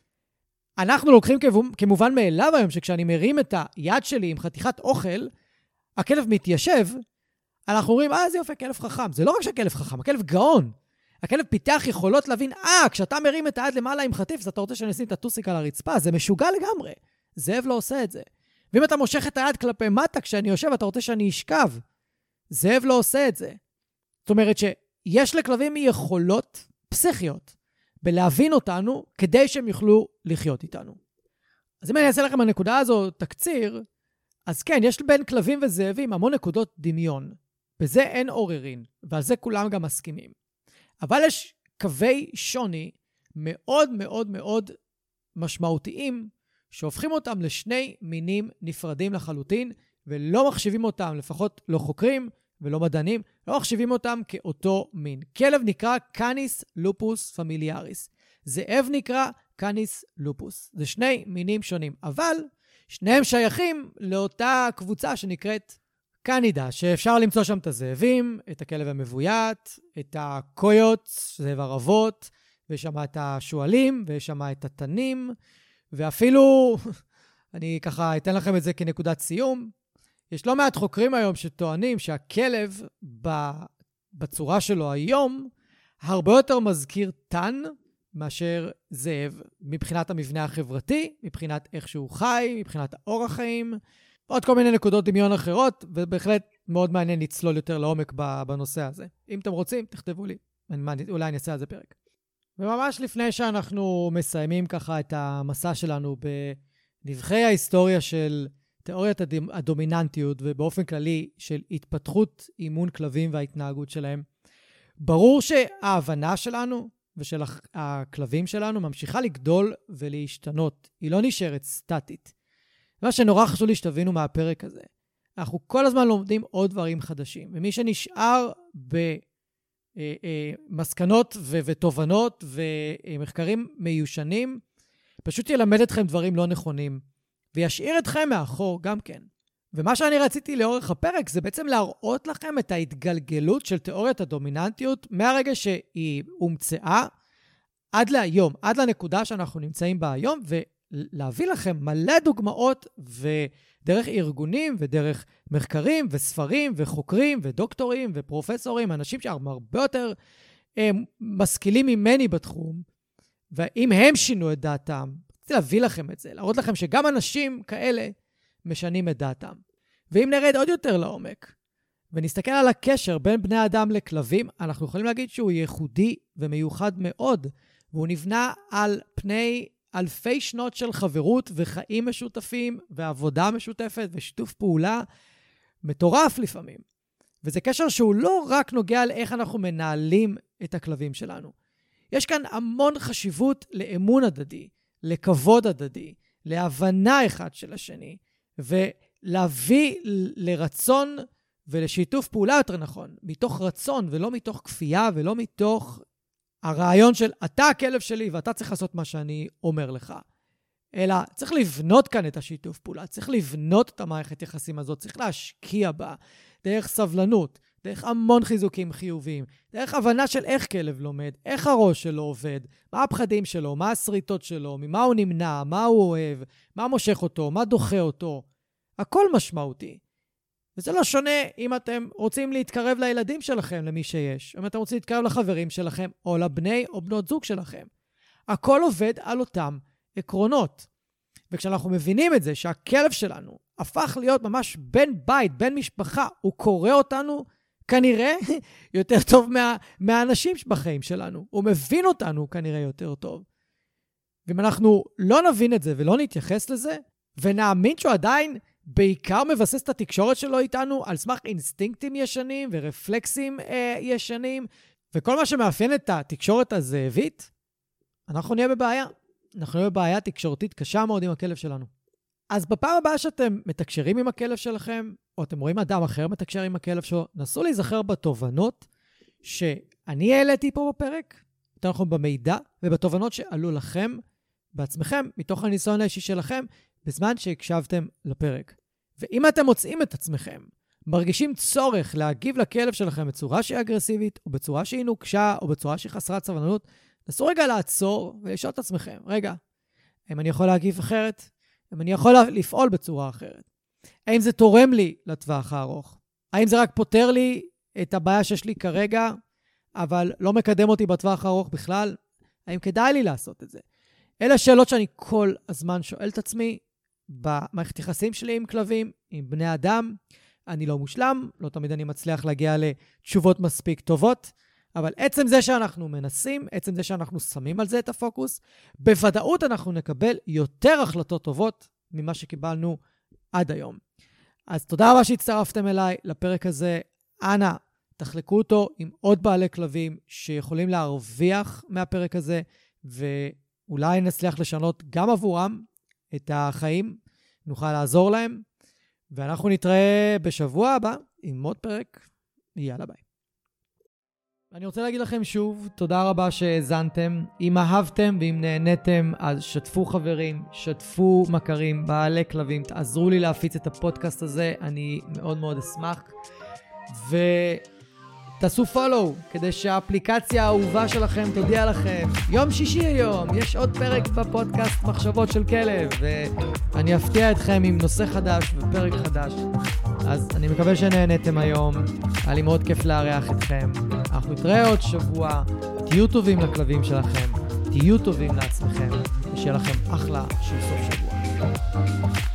אנחנו לוקחים כמובן מאליו היום, שכשאני מרים את היד שלי עם חתיכת אוכל, הכלב מתיישב, אנחנו אומרים, זה יופי, כלב חכם. זה לא רק שהכלב חכם, הכלב גאון. הכלב פיתח יכולות להבין, כשאתה מרים את היד למעלה עם חטיף, אז אתה רוצה שאני אשים את הטוסיק על הרצפה, זה משוגע לגמרי. זאב לא עושה את זה. ואם אתה מושך את היד כלפי מטה, כשאני יושב, אתה רוצה שאני אשכב. זאב לא עושה את זה. זאת אומרת שיש לכלבים יכולות פסיכיות, בלהבין אותנו, כדי שהם יוכלו לחיות איתנו. אז אם אני אעשה לכם הנקודה הזו תקציר, אז כן, יש בין כלבים וזאבים המון נקודות דמיון. בזה אין עוררין, ועל זה כולם גם מסכימים. אבל יש קווי שוני מאוד מאוד מאוד משמעותיים, שהופכים אותם לשני מינים נפרדים לחלוטין, ולא מחשיבים אותם, לפחות לא חוקרים ולא מדענים, לא מחשיבים אותם כאותו מין. כלב נקרא קאניס לופוס פמיליאריס. זאב נקרא קאניס לופוס. זה שני מינים שונים, אבל שניהם שייכים לאותה קבוצה שנקראת קנידה, שאפשר למצוא שם את הזאבים, את הכלב המבוית, את הקויוץ, זאב ערבות, ויש שם את השואלים, ויש שם את התנים, ואפילו, אני ככה אתן לכם את זה כנקודת סיום, יש לא מעט חוקרים היום שטוענים שהכלב בצורה שלו היום, הרבה יותר מזכיר תן מאשר זאב, מבחינת המבנה החברתי, מבחינת איך שהוא חי, מבחינת האורח חיים, עוד כל מיני נקודות דמיון אחרות, ובהחלט מאוד מעניין לצלול יותר לעומק בנושא הזה. אם אתם רוצים, תכתבו לי, אולי אני אעשה על זה פרק. וממש לפני שאנחנו מסיימים ככה את המסע שלנו בנבחי ההיסטוריה של תיאוריית הדומיננטיות, ובאופן כללי של התפתחות אימון כלבים וההתנהגות שלהם, ברור שההבנה שלנו ושל הכלבים שלנו ממשיכה לגדול ולהשתנות. היא לא נשארת סטטית. מה שנורא חשוב לי שתבינו מהפרק הזה, אנחנו כל הזמן לומדים עוד דברים חדשים, ומי שנשאר במסקנות ותובנות ומחקרים מיושנים, פשוט ילמד אתכם דברים לא נכונים, וישאיר אתכם מאחור גם כן. ומה שאני רציתי לאורך הפרק, זה בעצם להראות לכם את ההתגלגלות של תיאוריית הדומיננטיות, מהרגע שהיא הומצאה, עד להיום, עד לנקודה שאנחנו נמצאים בה היום, להביא לכם מלא דוגמאות ודרך ארגונים ודרך מחקרים וספרים וחוקרים ודוקטורים ופרופסורים, אנשים שהרבה יותר משכילים ממני בתחום, ואם הם שינו את דעתם, רציתי להביא לכם את זה, להראות לכם שגם אנשים כאלה משנים את דעתם. ואם נרד עוד יותר לעומק, ונסתכל על הקשר בין בני אדם לכלבים, אנחנו יכולים להגיד שהוא ייחודי ומיוחד מאוד, והוא נבנה על פני אלפי שנות של חברות וחיים משותפים ועבודה משותפת ושיתוף פעולה מטורף לפעמים. וזה קשר שהוא לא רק נוגע לאיך אנחנו מנהלים את הכלבים שלנו. יש כאן המון חשיבות לאמון הדדי, לכבוד הדדי, להבנה אחד של השני, ולהביא לרצון ולשיתוף פעולה יותר נכון, מתוך רצון ולא מתוך כפייה ולא מתוך הרעיון של אתה הכלב שלי ואתה צריך לעשות מה שאני אומר לך. אלא צריך לבנות כאן את השיתוף פעולה, צריך לבנות את המערכת יחסים הזאת, צריך להשקיע בה, דרך סבלנות, דרך המון חיזוקים חיוביים, דרך הבנה של איך כלב לומד, איך הראש שלו עובד, מה הפחדים שלו, מה הסריטות שלו, ממה הוא נמנע, מה הוא אוהב, מה מושך אותו, מה דוחה אותו. הכל משמעותי. וזה לא שונה אם אתם רוצים להתקרב לילדים שלכם, למי שיש, אם אתם רוצים להתקרב לחברים שלכם, או לבני או בנות זוג שלכם. הכל עובד על אותם עקרונות. וכשאנחנו מבינים את זה, שהכלב שלנו הפך להיות ממש בן בית, בן משפחה, הוא קורא אותנו כנראה יותר טוב מהאנשים בחיים שלנו. הוא מבין אותנו כנראה יותר טוב. ואם אנחנו לא נבין את זה ולא נתייחס לזה, ונאמין שהוא עדיין בעיקר מבסס את התקשורת שלו איתנו על סמך אינסטינקטים ישנים ורפלקסים ישנים, וכל מה שמאפיין את התקשורת הזאבית, אנחנו נהיה בבעיה. אנחנו נהיה בבעיה תקשורתית קשה מאוד עם הכלב שלנו. אז בפעם הבאה שאתם מתקשרים עם הכלב שלכם, או אתם רואים אדם אחר מתקשר עם הכלב שלו, נסו להיזכר בתובנות שאני העליתי פה בפרק, יותר נכון במידע, ובתובנות שעלו לכם בעצמכם, מתוך הניסיון האישי שלכם, בזמן שהקשבתם לפרק. ואם אתם מוצאים את עצמכם, מרגישים צורך להגיב לכלב שלכם בצורה שהיא אגרסיבית, או בצורה שהיא נוקשה, או בצורה שהיא חסרת סבלנות, נסו רגע לעצור ולשאול את עצמכם, רגע, האם אני יכול להגיב אחרת? האם אני יכול לפעול בצורה אחרת? האם זה תורם לי לטווח הארוך? האם זה רק פותר לי את הבעיה שיש לי כרגע, אבל לא מקדם אותי בטווח הארוך בכלל? האם כדאי לי לעשות את זה? אלה שאלות שאני כל הזמן שואל את עצמי במערכת יחסים שלי עם כלבים, עם בני אדם. אני לא מושלם, לא תמיד אני מצליח להגיע לתשובות מספיק טובות, אבל עצם זה שאנחנו מנסים, עצם זה שאנחנו שמים על זה את הפוקוס, בוודאות אנחנו נקבל יותר החלטות טובות ממה שקיבלנו עד היום. אז תודה רבה שהצטרפתם אליי לפרק הזה. אנא, תחלקו אותו עם עוד בעלי כלבים שיכולים להרוויח מהפרק הזה, ואולי נצליח לשנות גם עבורם את החיים, נוכל לעזור להם, ואנחנו נתראה בשבוע הבא עם עוד פרק. יאללה ביי. אני רוצה להגיד לכם שוב, תודה רבה שהאזנתם. אם אהבתם ואם נהניתם, אז שתפו חברים, שתפו מכרים, בעלי כלבים, תעזרו לי להפיץ את הפודקאסט הזה, אני מאוד מאוד אשמח. ותעשו פולו, כדי שהאפליקציה האהובה שלכם תודיע לכם. יום שישי היום, יש עוד פרק בפודקאסט מחשבות של כלב, ואני אפתיע אתכם עם נושא חדש ופרק חדש. אז אני מקווה שנהניתם היום, היה לי מאוד כיף לארח אתכם. אנחנו נתראה עוד שבוע, תהיו טובים לכלבים שלכם, תהיו טובים לעצמכם, ושיהיה לכם אחלה של סוף שבוע.